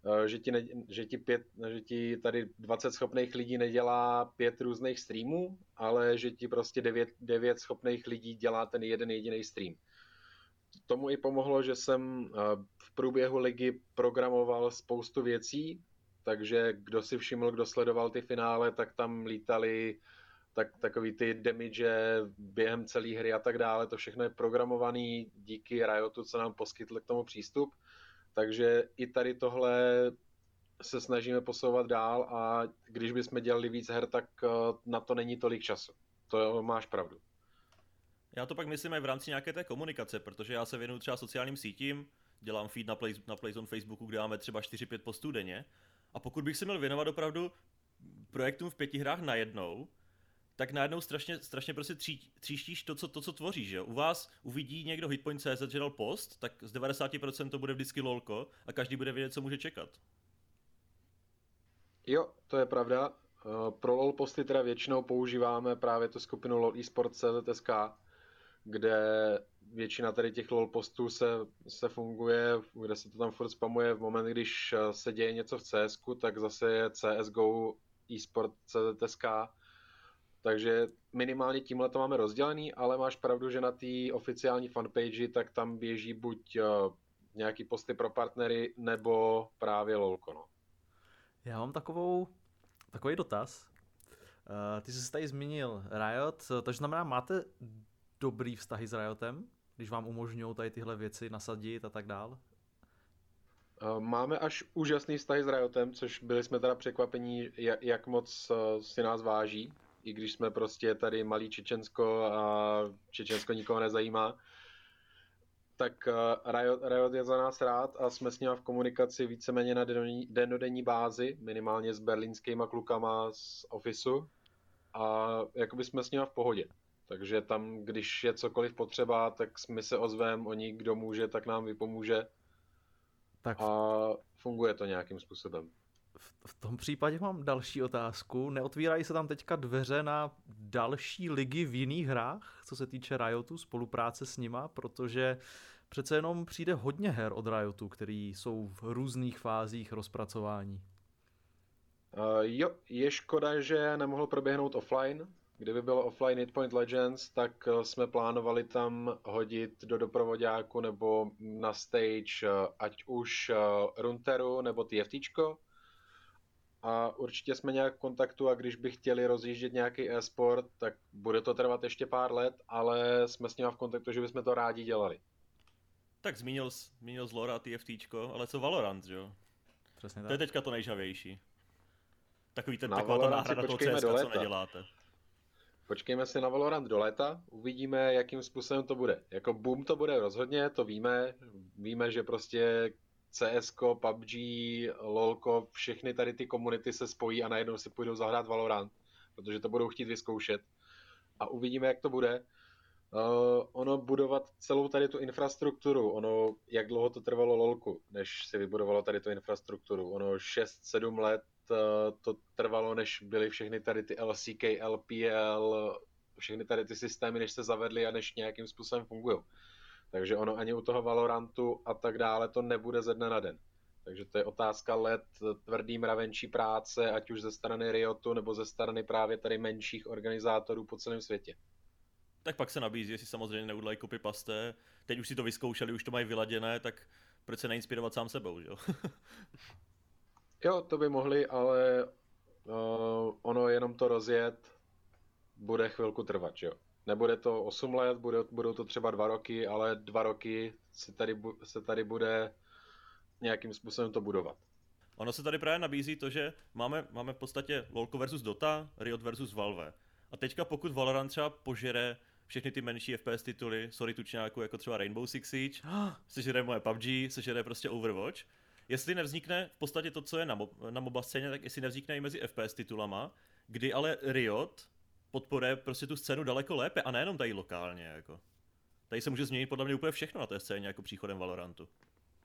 že ti tady 20 schopných lidí nedělá 5 různých streamů, ale že ti prostě 9 schopných lidí dělá ten jeden jediný stream. Tomu i pomohlo, že jsem v průběhu ligy programoval spoustu věcí, takže kdo si všiml, kdo sledoval ty finále, tak tam lítali takový ty damage během celé hry a tak dále. To všechno je programovaný díky Riotu, co nám poskytl k tomu přístup. Takže i tady tohle se snažíme posouvat dál a když bychom dělali víc her, tak na to není tolik času. To máš pravdu. Já to pak myslím i v rámci nějaké té komunikace, protože já se věnuju třeba sociálním sítím, dělám feed na Playzone Facebooku, kde máme třeba 4-5 postů denně. A pokud bych se měl věnovat opravdu projektům v 5 hrách najednou, tak najednou strašně prostě tříštíš to, co tvoříš, jo. U vás uvidí někdo Hitpoint.cz, že dal post, tak z 90% to bude vždycky lolko a každý bude vědět, co může čekat. Jo, to je pravda. Pro LOL posty teda většinou používáme právě tu skupinu LOL eSport.cz.sk, kde většina tady těch LOL postů se funguje, kde se to tam furt spamuje v moment, když se děje něco v CSku, tak zase je CSGO eSport.cz.sk. Takže minimálně tímhle to máme rozdělený, ale máš pravdu, že na té oficiální fanpage tak tam běží buď nějaký posty pro partnery, nebo právě lolko, no. Já mám takový dotaz. Ty jsi tady zmínil Riot, takže znamená, máte dobrý vztahy s Riotem, když vám umožňují tady tyhle věci nasadit a tak dál? Máme až úžasný vztahy s Riotem, což byli jsme teda překvapení, jak moc si nás váží, i když jsme prostě tady malý Čečensko a Čečensko nikoho nezajímá. Tak Riot je za nás rád a jsme s ním v komunikaci víceméně na dennodenní bázi, minimálně s berlínskýma klukama z Officeu a jakoby jsme s ním v pohodě. Takže tam, když je cokoliv potřeba, tak my se ozveme, oni kdo může, tak nám vypomůže. Tak A funguje to nějakým způsobem. v tom případě mám další otázku. Neotvírají se tam teďka dveře na další ligy v jiných hrách, co se týče Riotu, spolupráce s nima, protože přece jenom přijde hodně her od Riotu, který jsou v různých fázích rozpracování. Jo, je škoda, že nemohl proběhnout offline. Kdyby bylo offline Hitpoint Legends, tak jsme plánovali tam hodit do doprovodáku nebo na stage ať už Runteru nebo TFTčko. A určitě jsme nějak v kontaktu a když by chtěli rozjíždět nějaký e-sport, tak bude to trvat ještě pár let, ale jsme s nimi v kontaktu, že bychom to rádi dělali. Tak zmínil z Lora TFTčko, ale co Valorant, jo? Přesně To tak. je teďka to nejžavější. Taková ta Valorant náhrada si toho počkejme CSka, do co léta. neděláte. Počkejme si na Valorant do léta, uvidíme, jakým způsobem to bude. Jako boom to bude rozhodně, to víme. Víme, že prostě CSko, PUBG, LOLko, všechny tady ty komunity se spojí a najednou si půjdou zahrát Valorant, protože to budou chtít vyzkoušet. A uvidíme, jak to bude. Ono budovat celou tady tu infrastrukturu, jak dlouho to trvalo LOLku, než si vybudovalo tady tu infrastrukturu. 6-7 let to trvalo, než byly všechny tady ty LCK, LPL, všechny tady ty systémy, než se zavedly a než nějakým způsobem fungují. Takže ani u toho Valorantu a tak dále to nebude ze dne na den. Takže to je otázka let tvrdý mravenčí práce, ať už ze strany Riotu, nebo ze strany právě tady menších organizátorů po celém světě. Tak pak se nabízí, jestli samozřejmě neudělají copy-paste. Teď už si to vyzkoušeli, už to mají vyladěné, tak proč se neinspirovat sám sebou, jo? Jo, to by mohli, ale ono jenom to rozjet bude chvilku trvat, jo. Nebude to 8 let, budou to třeba 2 roky, ale 2 roky se tady bude nějakým způsobem to budovat. Ono se tady právě nabízí to, že máme v podstatě LoLko versus Dota, Riot versus Valve. A teďka pokud Valorant třeba požere všechny ty menší FPS tituly, sorry tučňáku, jako třeba Rainbow Six Siege, sežere moje PUBG, sežere prostě Overwatch, jestli nevznikne v podstatě to, co je na MOBA scéně, tak jestli nevznikne i mezi FPS titulama, kdy ale Riot podporuje prostě tu scénu daleko lépe a nejenom tady lokálně, jako. Tady se může změnit podle mě úplně všechno na té scéně, jako příchodem Valorantu.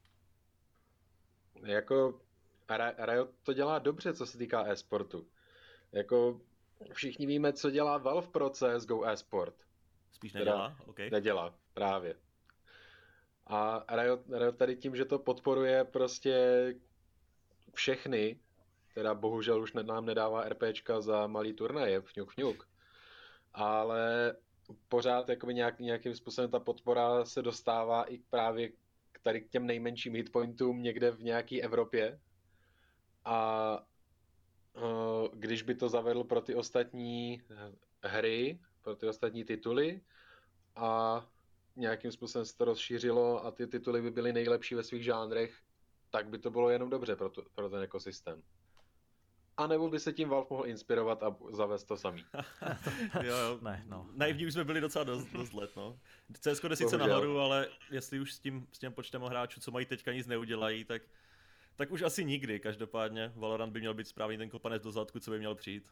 Jako Riot to dělá dobře, co se týká e-sportu. Jako všichni víme, co dělá Valve pro CSGO eSport. Spíš nedělá, OK. Nedělá, právě. A Riot tady tím, že to podporuje prostě všechny, teda bohužel už nám nedává RPčka za malý turnaje, fňuk, ale pořád jakoby nějakým způsobem ta podpora se dostává i právě tady k těm nejmenším hitpointům někde v nějaké Evropě. A když by to zavedl pro ty ostatní hry, pro ty ostatní tituly a nějakým způsobem se to rozšířilo a ty tituly by byly nejlepší ve svých žánrech, tak by to bylo jenom dobře pro ten ekosystém. A nebo by se tím Valve mohl inspirovat a zavést to samý. Jo. Ne, no. Naivní už jsme byli docela dost let, no. CSko jde sice Bohužel. nahoru, ale jestli už s tím počtem hráčů, co mají teďka, nic neudělají, tak už asi nikdy. Každopádně Valorant by měl být správný ten kopanec do zadku, co by měl přijít.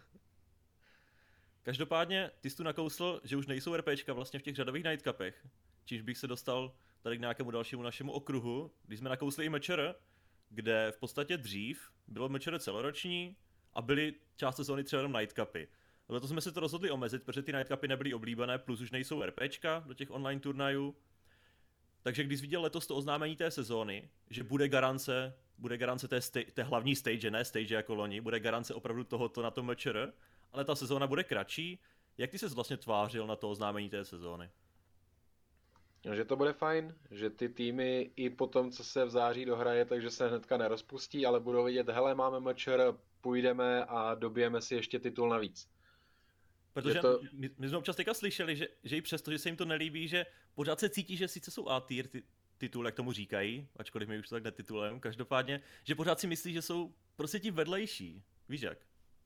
Každopádně ty jsi tu nakousl, že už nejsou RPčka vlastně v těch řadových nightcupech. Čímž bych se dostal tady k nějakému dalšímu našemu okruhu, když jsme nakousli i mečer, kde v podstatě dřív bylo mečer celoroční a byly část sezóny třeba jenom nightcupy. Letos jsme se to rozhodli omezit, protože ty nightcupy nebyly oblíbené, plus už nejsou RPčka do těch online turnajů. Takže když jsi viděl letos to oznámení té sezóny, že bude garance té hlavní stage, ne stage jako loni, bude garance opravdu tohoto na tom mečer, ale ta sezóna bude kratší. Jak ty ses vlastně tvářil na to oznámení té sezóny? No, že to bude fajn, že ty týmy i po tom, co se v září dohraje, takže se hnedka nerozpustí, ale budou vidět, hele, máme mečer, půjdeme a dobijeme si ještě titul navíc. Protože to... my jsme občas teďka slyšeli, že i přesto, že se jim to nelíbí, že pořád se cítí, že sice jsou A-tier titul, jak tomu říkají, ačkoliv my už to tak netitulujeme, každopádně, že pořád si myslí, že jsou prostě ti vedlejší. Víš jak?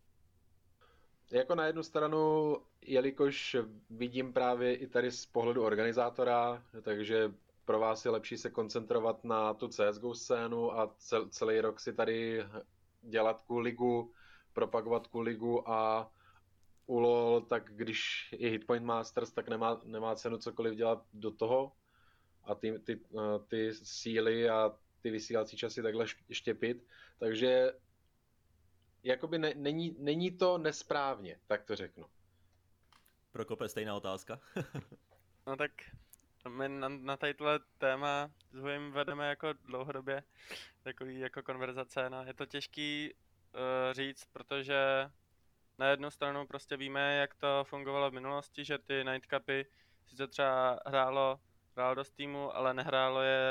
Jako na jednu stranu, jelikož vidím právě i tady z pohledu organizátora, takže pro vás je lepší se koncentrovat na tu CSGO scénu a celý rok si tady dělat tu ligu, propagovat tu ligu a u LoL, tak když je Hitpoint Masters, tak nemá cenu cokoliv dělat do toho a ty síly a ty vysílací časy takhle štěpit. Takže jakoby není to nesprávně, tak to řeknu. Prokope, stejná otázka. No tak my na tadyhle téma s Hujem vedeme jako dlouhodobě takový jako konverzace, no je to těžký říct, protože na jednu stranu prostě víme, jak to fungovalo v minulosti, že ty nightcupy sice třeba hrálo dost týmů, ale nehrálo je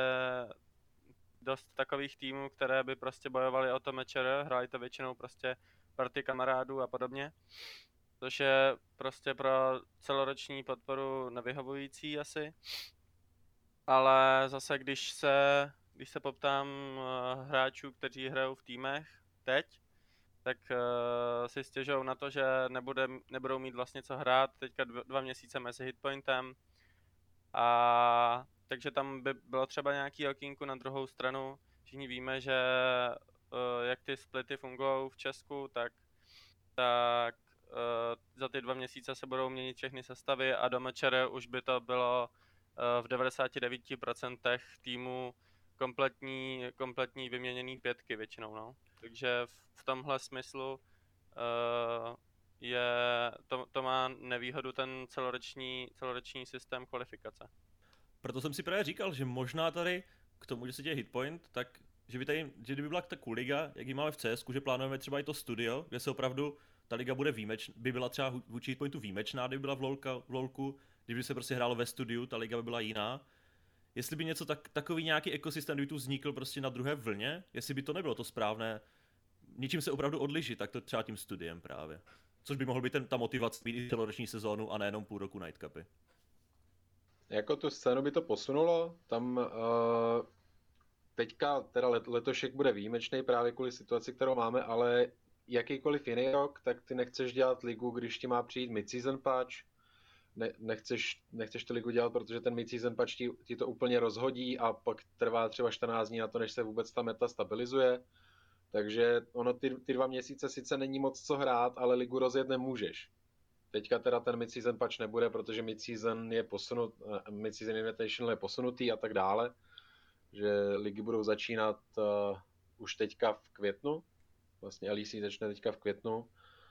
dost takových týmů, které by prostě bojovaly o to mečer, hráli to většinou prostě party kamarádů a podobně. Což je prostě pro celoroční podporu nevyhovující asi. Ale zase, když se poptám hráčů, kteří hrajou v týmech teď, tak si stěžují na to, že nebudou mít vlastně co hrát teďka 2 měsíce mezi hitpointem. A takže tam by bylo třeba nějaký okýnku. Na druhou stranu. Všichni víme, že jak ty splity fungují v Česku, tak za ty 2 měsíce se budou měnit všechny sestavy a do mečere už by to bylo v 99% týmů kompletní vyměněný pětky většinou, no. Takže v tomhle smyslu to má nevýhodu ten celoroční systém kvalifikace. Proto jsem si právě říkal, že možná tady k tomu, že se děje hitpoint, tak že kdyby byla ta liga, jak ji máme v CSku, že plánujeme třeba i to studio, kde se opravdu ta liga by byla třeba vůči hitpointu výjimečná, kdyby byla v LoLku, kdyby se prostě hrálo ve studiu, ta liga by byla jiná. Jestli by něco takový nějaký ekosystém, kdyby tu vznikl prostě na druhé vlně, jestli by to nebylo to správné, něčím se opravdu odlišit, tak to třeba tím studiem právě. Což by mohl být ta motivace mít i celoroční sezónu a nejenom půl roku nightcupy. Jako tu scénu by to posunulo, tam teďka teda letošek bude výjimečný právě kvůli situaci, kterou máme, ale jakýkoliv jiný rok, tak ty nechceš dělat ligu, když ti má přijít mid-season patch, nechceš tu ligu dělat, protože ten mid-season patch ti to úplně rozhodí a pak trvá třeba 14 dní na to, než se vůbec ta meta stabilizuje. Takže ono ty 2 měsíce sice není moc co hrát, ale ligu rozjet nemůžeš. Teďka teda ten mid-season patch nebude, protože mid-season Invitational je posunutý a tak dále. Že ligy budou začínat už teďka v květnu. Vlastně LEC začne teďka v květnu.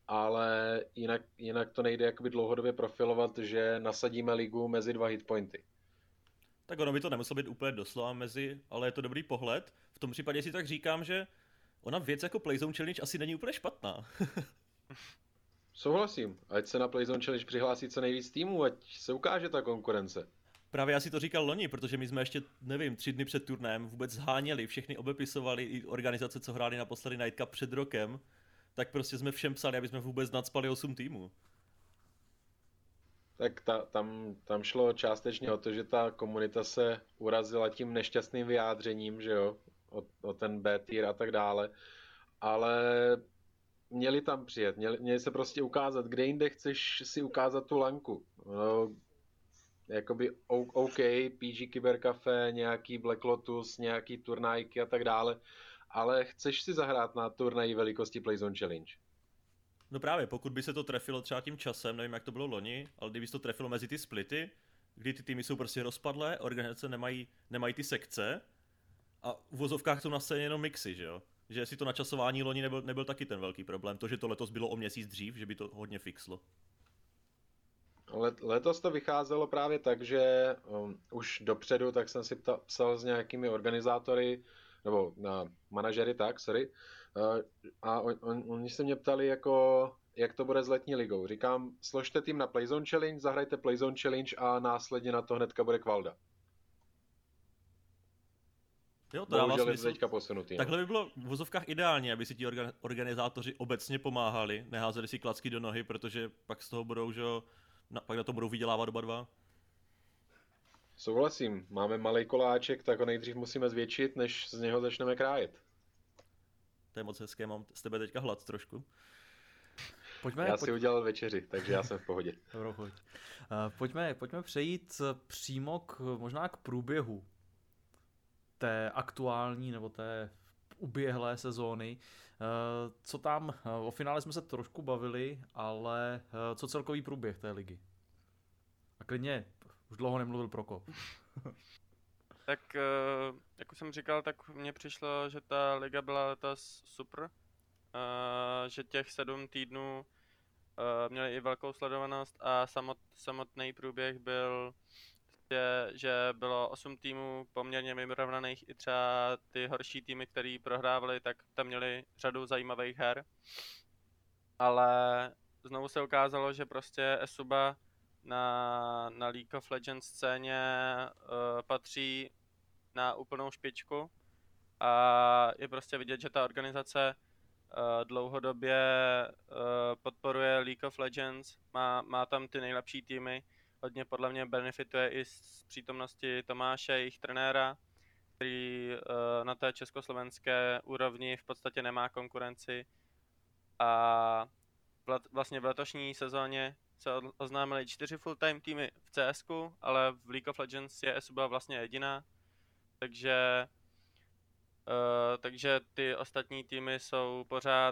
ale jinak to nejde jakoby dlouhodobě profilovat, že nasadíme ligu mezi 2 hitpointy. Tak ono by to nemuselo být úplně doslova mezi, ale je to dobrý pohled. V tom případě si tak říkám, že ona věc jako Playzone Challenge asi není úplně špatná. Souhlasím, ať se na Playzone Challenge přihlásí co nejvíc týmů, ať se ukáže ta konkurence. Právě já si to říkal loni, protože my jsme ještě, nevím, 3 dny před turnajem vůbec zháněli, všechny obepisovali i organizace, co hráli naposledy Night Cup před rokem, tak prostě jsme všem psali, aby jsme vůbec nadspali 8 týmů. Tak tam šlo částečně o to, že ta komunita se urazila tím nešťastným vyjádřením, že jo, o ten B tier a tak dále, ale měli tam přijet, měli se prostě ukázat, kde jinde chceš si ukázat tu lanku. No, jakoby OK, PG Cybercafe, nějaký Black Lotus, nějaký turnajky a tak dále, ale chceš si zahrát na turnaji velikosti Playzone Challenge. No právě, pokud by se to trefilo třeba tím časem, nevím jak to bylo loni, ale kdyby se to trefilo mezi ty splity, kdy ty týmy jsou prostě rozpadlé, organizace nemají ty sekce a v vozovkách jsou na scéně jenom mixy, že jo? Že jestli to načasování loni nebyl taky ten velký problém, to, že to letos bylo o měsíc dřív, že by to hodně fixlo. Letos to vycházelo právě tak, že už dopředu, tak jsem si psal s nějakými organizátory, nebo manažery, a oni se mě ptali, jako, jak to bude s letní ligou. Říkám, složte tým na Playzone Challenge, zahrajte Playzone Challenge a následně na to hnedka bude Kvalda. Jo, to dává Bohužel je to smysl. teďka posunutý. Takhle by bylo v vozovkách ideálně, aby si ti organizátoři obecně pomáhali, neházeli si klacky do nohy, protože pak z toho budou, že jo, pak na to budou vydělávat oba dva. Souhlasím, máme malý koláček, tak ho nejdřív musíme zvětšit, než z něho začneme krájet. To je moc hezké, mám z tebe teďka hlad trošku. Já si udělal večeři, takže já jsem v pohodě. Dobrou chuť. Pojďme přejít přímo možná k průběhu té aktuální nebo té uběhlé sezóny. Co tam, o finále jsme se trošku bavili, ale co celkový průběh té ligy? A klidně, už dlouho nemluvil Prokop. Tak, jak už jsem říkal, tak mně přišlo, že ta liga byla letos super. Že těch 7 týdnů měli i velkou sledovanost a samotný průběh byl, že bylo 8 týmů poměrně vyrovnaných, i třeba ty horší týmy, který prohrávali, tak tam měli řadu zajímavých her. Ale znovu se ukázalo, že prostě Esuba na League of Legends scéně patří na úplnou špičku a je prostě vidět, že ta organizace dlouhodobě podporuje League of Legends, má tam ty nejlepší týmy, hodně podle mě benefituje i z přítomnosti Tomáše, jejich trenéra, který na té československé úrovni v podstatě nemá konkurenci a vlastně v letošní sezóně se oznámily 4 full-time týmy v CSku, ale v League of Legends je Esuba vlastně jediná, takže ty ostatní týmy jsou pořád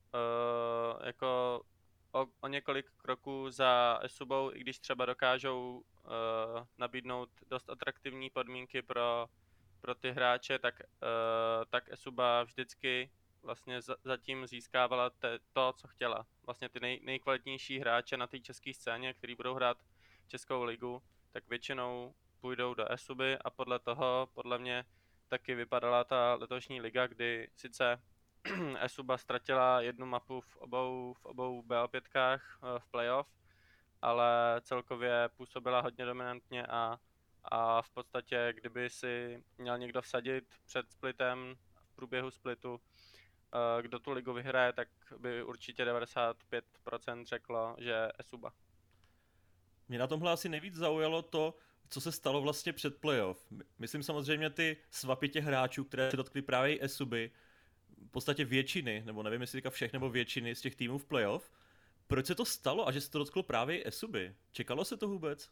jako o několik kroků za Esubou, i když třeba dokážou nabídnout dost atraktivní podmínky pro ty hráče, tak Esuba vždycky vlastně zatím získávala to, co chtěla. Vlastně ty nejkvalitnější hráče na té české scéně, který budou hrát Českou ligu, tak většinou půjdou do Esuby a podle toho, podle mě, taky vypadala ta letošní liga, kdy sice Esuba ztratila jednu mapu v obou BO5kách v playoff, ale celkově působila hodně dominantně a v podstatě, kdyby si měl někdo vsadit před splitem, v průběhu splitu, kdo tu ligu vyhraje, tak by určitě 95% řeklo, že Esuba. Mě na tomhle asi nejvíc zaujalo to, co se stalo vlastně před playoff. Myslím samozřejmě ty swapy těch hráčů, které se dotkly právě i Esuby, v podstatě většiny, nebo nevím jestli všech nebo většiny z těch týmů v playoff. Proč se to stalo a že se to dotklo právě i Esuby? Čekalo se to vůbec?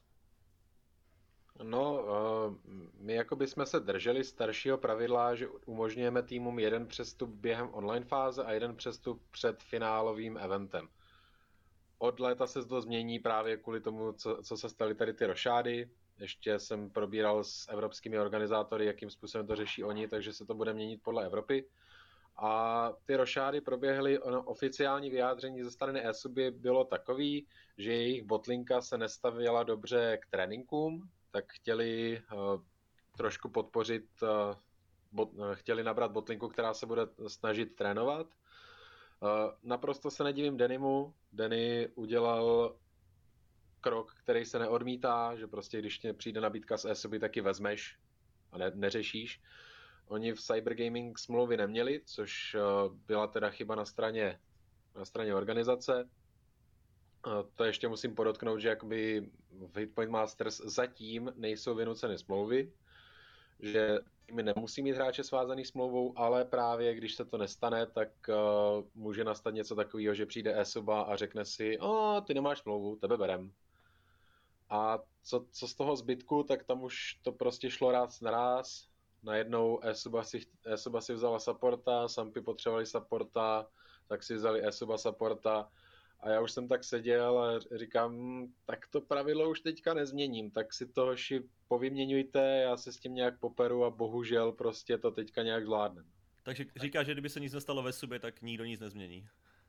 No, my jakoby jsme se drželi staršího pravidla, že umožňujeme týmům jeden přestup během online fáze a jeden přestup před finálovým eventem. Od léta se to změní právě kvůli tomu, co se staly tady ty rošády. Ještě jsem probíral s evropskými organizátory, jakým způsobem to řeší oni, takže se to bude měnit podle Evropy. A ty rošády proběhly, oficiální vyjádření ze strany eSuby bylo takový, že jejich botlinka se nestavěla dobře k tréninkům, tak chtěli trošku podpořit, chtěli nabrat botlinku, která se bude snažit trénovat. Naprosto se nedivím Denimu. Denny udělal krok, který se neodmítá, že prostě když ti přijde nabídka z eSuby, tak ji vezmeš a neřešíš. Oni v Cybergaming smlouvy neměli, což byla teda chyba na straně organizace. To ještě musím podotknout, že jakoby v Hitpoint Masters zatím nejsou vynuceny smlouvy, že my nemusí mít hráče svázaný smlouvou, ale právě když se to nestane, tak může nastat něco takového, že přijde eSuba a řekne si, ty nemáš smlouvu, tebe berem. A co z toho zbytku, tak tam už to prostě šlo ráz na ráz. Najednou eSuba si vzala supporta, Sampy potřebovali supporta, tak si vzali eSuba supporta. A já už jsem tak seděl a říkám, tak to pravidlo už teďka nezměním, tak si to hoši povyměňujte, já se s tím nějak poperu a bohužel prostě to teďka nějak zvládnem. Takže říká, že kdyby se nic nestalo ve subě, tak nikdo nic nezmění.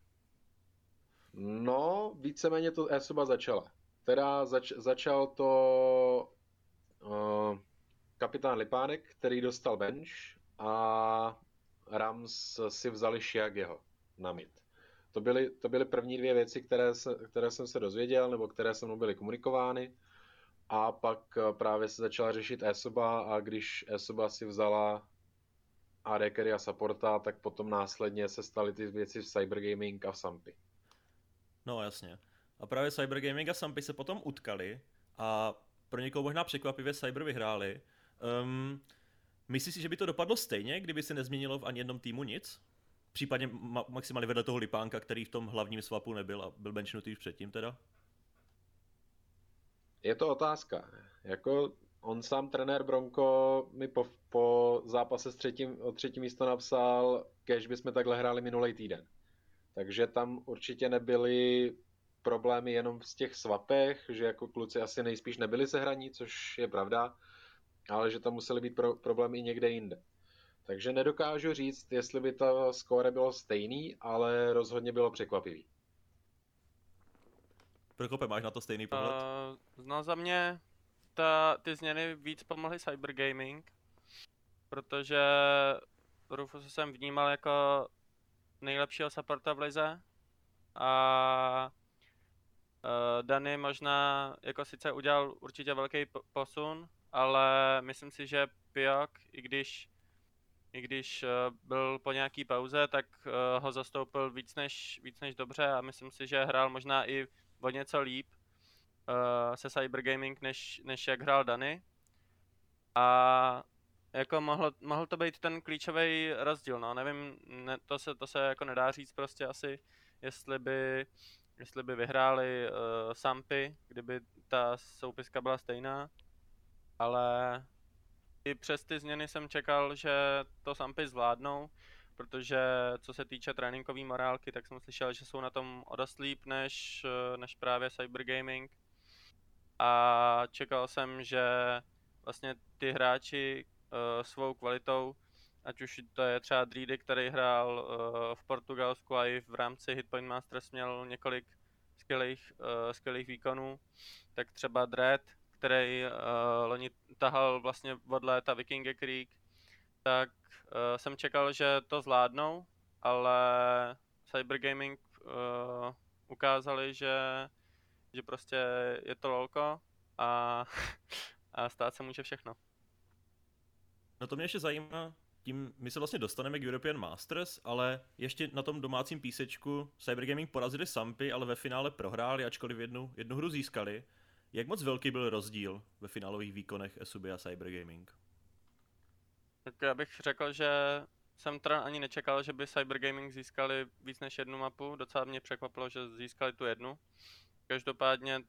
No, víceméně to eSuba začala. Teda začal to kapitán Lipánek, který dostal bench a Rams si vzali Shiageho na mid. To byly první dvě věci, které jsem se dozvěděl, nebo které se mnou byly komunikovány. A pak právě se začala řešit eSuba a když eSuba si vzala AD carry a supporta, tak potom následně se staly ty věci v Cybergaming a v Sampy. No jasně. A právě Cybergaming a Sampy se potom utkali a pro někoho možná překvapivě Cyber vyhráli. Myslíš si, že by to dopadlo stejně, kdyby se nezměnilo v ani jednom týmu nic? Případně maximálně vedle toho Lipánka, který v tom hlavním swapu nebyl a byl benchnutý už předtím teda? Je to otázka. Jako on sám trenér Bronco mi po zápase o třetí místo napsal, kež bychom takhle hráli minulý týden. Takže tam určitě nebyly problémy jenom v těch swapech, že jako kluci asi nejspíš nebyli sehraní, což je pravda, ale že tam musely být problémy i někde jinde. Takže nedokážu říct, jestli by to skóre bylo stejný, ale rozhodně bylo překvapivý. Prokope, máš na to stejný pohled? No za mě ty změny víc pomohly Cybergaming, protože Rufusa jsem vnímal jako nejlepšího supporta v lize a Danny možná jako sice udělal určitě velký posun, ale myslím si, že Piok, i když byl po nějaký pauze, tak ho zastoupil víc než dobře a myslím si, že hrál možná i o něco líp se Cybergaming, než jak hrál Danny. A jako mohl to být ten klíčový rozdíl, no, nevím, to se jako nedá říct prostě asi, jestli by vyhráli Sampy, kdyby ta soupiska byla stejná, ale i přes ty změny jsem čekal, že to Sampy zvládnou, protože co se týče tréninkové morálky, tak jsem slyšel, že jsou na tom o dost líp než právě Cybergaming. A čekal jsem, že vlastně ty hráči svou kvalitou, ať už to je třeba Dreedy, který hrál v Portugalsku a i v rámci Hitpoint Masters měl několik skvělých výkonů, tak třeba Dread, který loni tahal vlastně od léta Viking Creek, tak jsem čekal, že to zvládnou, ale Cybergaming ukázali, že prostě je to lolko a stát se může všechno. No to mě ještě zajímá, tím my se vlastně dostaneme k European Masters, ale ještě na tom domácím písečku Cybergaming porazili Sampy, ale ve finále prohráli, ačkoliv jednu hru získali. Jak moc velký byl rozdíl ve finálových výkonech eSuby a Cybergaming? Tak já bych řekl, že jsem teda ani nečekal, že by Cybergaming získali víc než jednu mapu, docela mě překvapilo, že získali tu jednu. Každopádně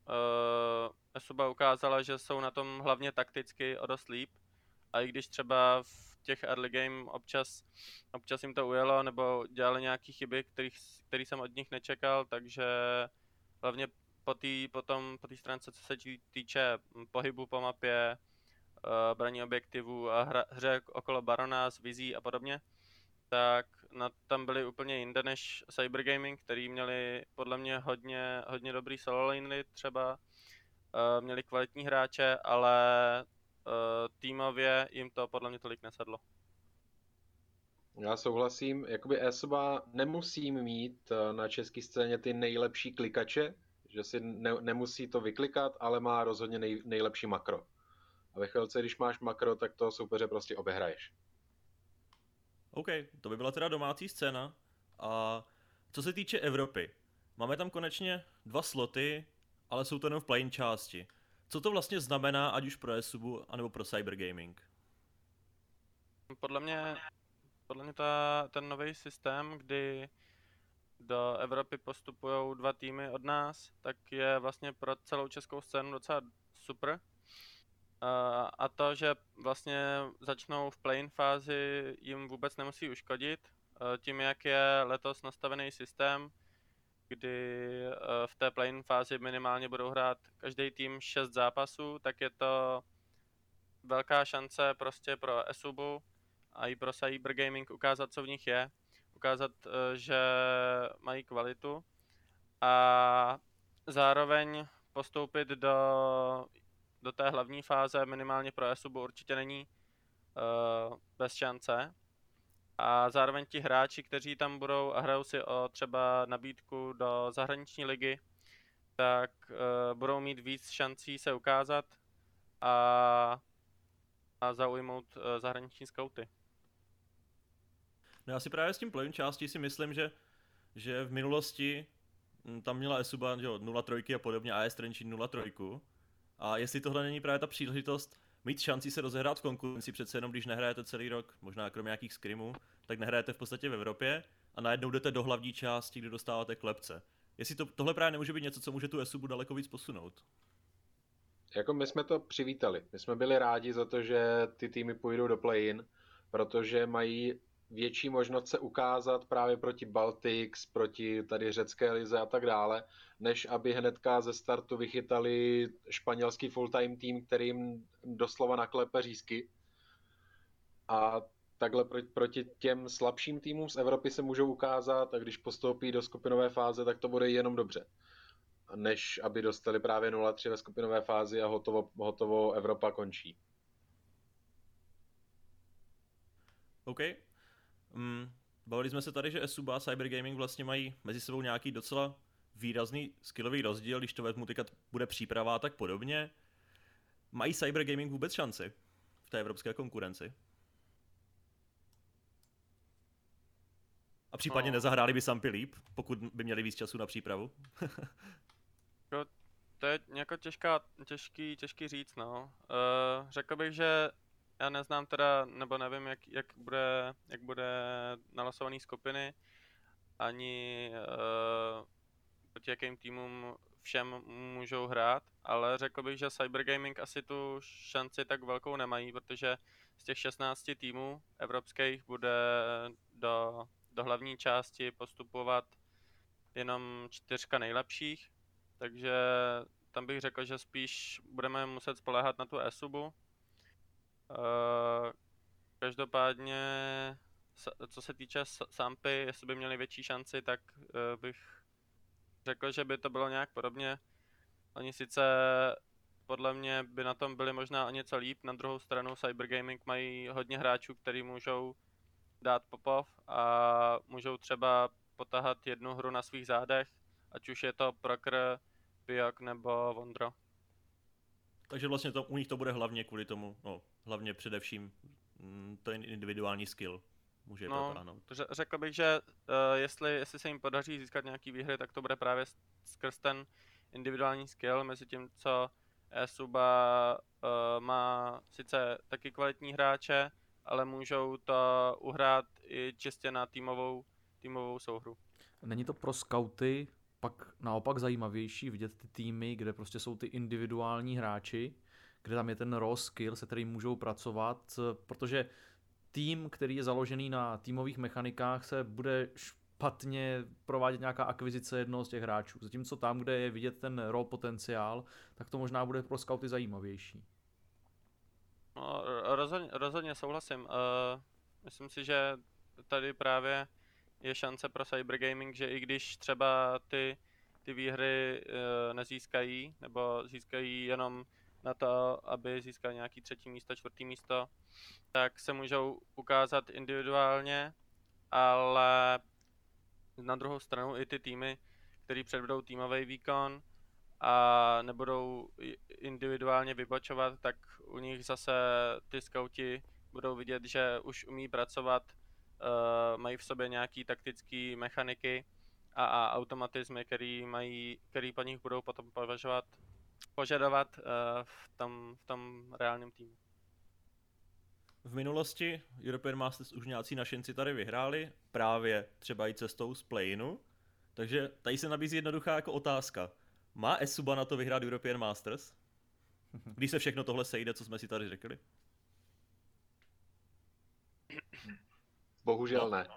eSuba ukázala, že jsou na tom hlavně takticky o dost líp. A i když třeba v těch early game občas jim to ujelo, nebo dělali nějaké chyby, který jsem od nich nečekal, takže hlavně po té stránce, co se týče pohybu po mapě, braní objektivů a hře okolo Barona s vizí a podobně, tak tam byli úplně jinde než Cyber Gaming, který měli podle mě hodně dobrý solo laney třeba, měli kvalitní hráče, ale týmově jim to podle mě tolik nesedlo. Já souhlasím, jakoby e-soba nemusí mít na české scéně ty nejlepší klikače, že si nemusí to vyklikat, ale má rozhodně nejlepší makro. A ve chvilce, když máš makro, tak toho soupeře prostě obehraješ. OK, to by byla teda domácí scéna. A co se týče Evropy, máme tam konečně 2 sloty, ale jsou to jenom v play-in části. Co to vlastně znamená, ať už pro e-subu, anebo pro Cyber Gaming? Podle mě ten nový systém, kdy do Evropy postupují 2 týmy od nás, tak je vlastně pro celou českou scénu docela super. A to, že vlastně začnou v play-in fázi, jim vůbec nemusí uškodit. Tím, jak je letos nastavený systém, kdy v té play-in fázi minimálně budou hrát každý tým 6 zápasů, tak je to velká šance prostě pro e-subu a i pro Cyber Gaming ukázat, co v nich je, ukázat, že mají kvalitu a zároveň postoupit do té hlavní fáze minimálně pro e-subu určitě není bez šance. A zároveň ti hráči, kteří tam budou a hrajou si o třeba nabídku do zahraniční ligy, tak budou mít víc šancí se ukázat a zaujmout zahraniční skauty. No já si právě s tím play-in částí si myslím, že v minulosti tam měla e-suba 0-3 a podobně, AS Trenčín 0-3. A jestli tohle není právě ta příležitost mít šanci se rozehrát v konkurenci, přece jenom když nehrajete celý rok, možná kromě nějakých scrimů, tak nehrajete v podstatě v Evropě a najednou jdete do hlavní části, kde dostáváte klepce. Jestli tohle právě nemůže být něco, co může tu e-subu daleko víc posunout. Jako my jsme to přivítali. My jsme byli rádi za to, že ty týmy půjdou do play-in, protože mají větší možnost se ukázat právě proti Baltics, proti tady řecké lize a tak dále, než aby hnedka ze startu vychytali španělský full-time tým, který jim doslova naklepe řízky. A takhle proti těm slabším týmům z Evropy se můžou ukázat a když postoupí do skupinové fáze, tak to bude jenom dobře. Než aby dostali právě 0-3 ve skupinové fázi a hotovo Evropa končí. OK. Bavili jsme se tady, že e-suba a Cyber Gaming vlastně mají mezi sebou nějaký docela výrazný skillový rozdíl, když to vezmu, teďka bude příprava a tak podobně. Mají Cyber Gaming vůbec šanci v té evropské konkurenci? A případně nezahráli by Sampy líp, pokud by měli víc času na přípravu? To je jako těžký říct, no. Řekl bych, že já neznám teda, nebo nevím, jak bude nalosovaný skupiny, ani proti jakým týmům všem můžou hrát, ale řekl bych, že Cyber Gaming asi tu šanci tak velkou nemají, protože z těch 16 týmů evropských bude do hlavní části postupovat jenom 4 nejlepších, takže tam bych řekl, že spíš budeme muset spoléhat na tu e-subu. Každopádně, co se týče Sampy, jestli by měli větší šanci, tak bych řekl, že by to bylo nějak podobně. Oni sice podle mě by na tom byli možná o něco líp, na druhou stranu Cyber Gaming mají hodně hráčů, kteří můžou dát popov a můžou třeba potahat jednu hru na svých zádech, ať už je to Proker, Piok nebo Vondro. Takže vlastně u nich to bude hlavně kvůli tomu, hlavně především to je individuální skill. Může protáhnout. Řekl bych, že jestli se jim podaří získat nějaký výhry, tak to bude právě skrz ten individuální skill, mezi tím, co e-suba má sice taky kvalitní hráče, ale můžou to uhrát i čistě na týmovou souhru. Není to pro skauty pak naopak zajímavější vidět ty týmy, kde prostě jsou ty individuální hráči, kde tam je ten raw skill, se kterým můžou pracovat, protože tým, který je založený na týmových mechanikách, se bude špatně provádět nějaká akvizice jednoho z těch hráčů. Zatímco tam, kde je vidět ten raw potenciál, tak to možná bude pro skauty zajímavější. No, rozhodně souhlasím. Myslím si, že tady právě je šance pro Cybergaming, že i když třeba ty výhry nezískají, nebo získají jenom na to, aby získali nějaký 3. místo, 4. místo, tak se můžou ukázat individuálně, ale na druhou stranu i ty týmy, který předvedou týmový výkon a nebudou individuálně vybočovat, tak u nich zase ty skauti budou vidět, že už umí pracovat, mají v sobě nějaký taktický mechaniky a automatizmy, který po nich budou potom požadovat v tom reálném týmu. V minulosti European Masters už nějací našinci tady vyhráli, právě třeba i cestou z play-inu, takže tady se nabízí jednoduchá jako otázka. Má Esuba na to vyhrát European Masters? Když se všechno tohle sejde, co jsme si tady řekli? Bohužel ne.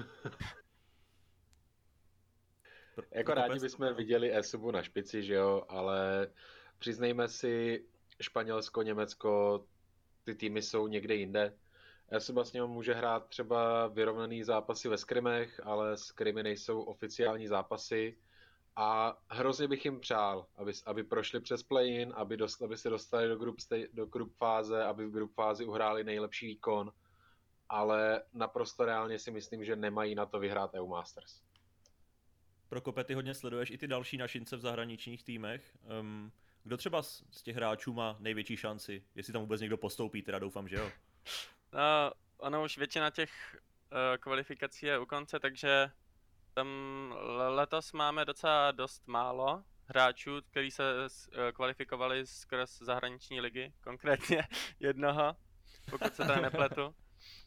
Jako rádi bychom viděli Esubu na špici, že jo, ale přiznejme si, Španělsko, Německo, ty týmy jsou někde jinde. Esuba s ním může hrát třeba vyrovnaný zápasy ve skrimech, ale skrimy nejsou oficiální zápasy a hrozně bych jim přál, aby prošli přes play-in, aby se dostali do group fáze, aby v group fázi uhráli nejlepší výkon, ale naprosto reálně si myslím, že nemají na to vyhrát EU Masters. Prokope, ty hodně sleduješ i ty další našince v zahraničních týmech. Kdo třeba z těch hráčů má největší šanci? Jestli tam vůbec někdo postoupí, teda doufám, že jo? No, ono už většina těch kvalifikací je u konce, takže tam letos máme docela dost málo hráčů, kteří se kvalifikovali skrz zahraniční ligy, konkrétně jednoho, pokud se tady nepletu.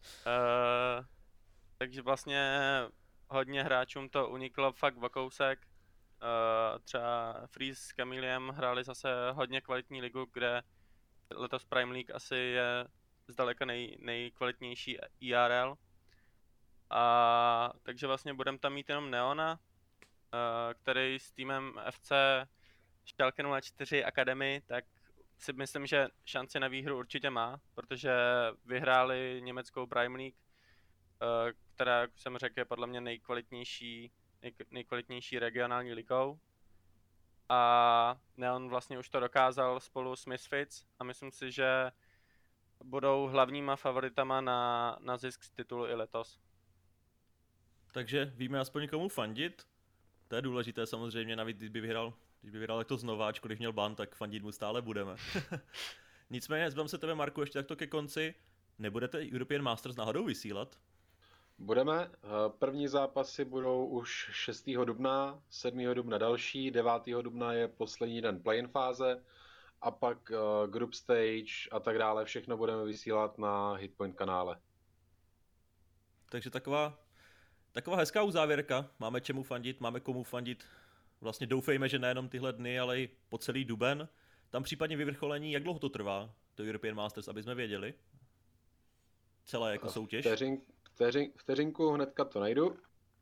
Takže vlastně hodně hráčům to uniklo fakt v kousek. Třeba Freeze s Camilliem hráli zase hodně kvalitní ligu, kde letos Prime League asi je zdaleka nejkvalitnější IRL. A takže vlastně budeme tam mít jenom Neona, který s týmem FC Schalke 04 Academy, tak si myslím, že šanci na výhru určitě má, protože vyhráli německou Prime League, která, jak jsem řekl, je podle mě nejkvalitnější regionální ligou. A Neon vlastně už to dokázal spolu s Misfits a myslím si, že budou hlavníma favoritama na zisk z titulu i letos. Takže víme aspoň komu fandit. To je důležité samozřejmě, navíc když by vyhrál jako znova, ačkoliv měl ban, tak fandit mu stále budeme. Nicméně, zbavím se tebe, Marku, ještě takto ke konci. Nebudete European Masters náhodou vysílat? Budeme. První zápasy budou už 6. dubna, 7. dubna další, 9. dubna je poslední den play-in fáze a pak group stage a tak dále. Všechno budeme vysílat na Hitpoint kanále. Takže taková hezká uzávěrka. Máme čemu fandit, máme komu fandit. Vlastně doufejme, že nejenom tyhle dny, ale i po celý duben. Tam případně vyvrcholení, jak dlouho to trvá, to European Masters, aby jsme věděli? Celé jako soutěž? Vteřinku, hnedka to najdu.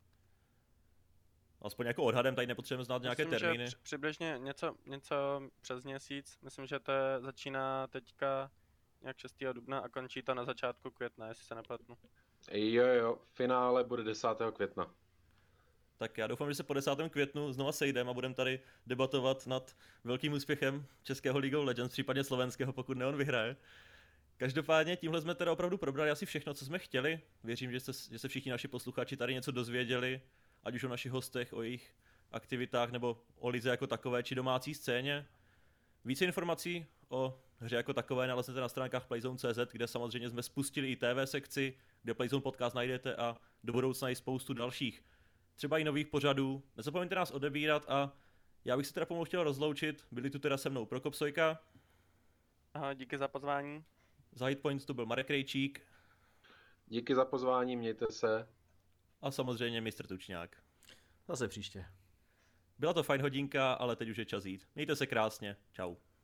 Aspoň jako odhadem, tady nepotřebujeme znát nějaké termíny. Myslím, že přibližně něco přes měsíc. Myslím, že to začíná teďka nějak 6. dubna a končí to na začátku května, jestli se nepletnu. Jo, finále bude 10. května. Tak já doufám, že se po 10. květnu znova sejdeme a budeme tady debatovat nad velkým úspěchem českého League of Legends, případně slovenského, pokud Neon vyhraje. Každopádně tímhle jsme teda opravdu probrali asi všechno, co jsme chtěli. Věřím, že se všichni naši posluchači tady něco dozvěděli, ať už o našich hostech, o jejich aktivitách nebo o lize jako takové či domácí scéně. Více informací o hře jako takové naleznete na stránkách playzone.cz, kde samozřejmě jsme spustili i TV sekci, kde Playzone podcast najdete a do budoucna i spoustu dalších. Třeba i nových pořadů. Nezapomeňte nás odebírat a já bych se teda pomalu chtěl rozloučit. Byli tu teda se mnou Prokop Sojka. Aha, díky za pozvání. Za Hitpoints to byl Marek Rejčík. Díky za pozvání, mějte se. A samozřejmě mistr Tučňák. Zase příště. Byla to fajn hodinka, ale teď už je čas jít. Mějte se krásně. Čau.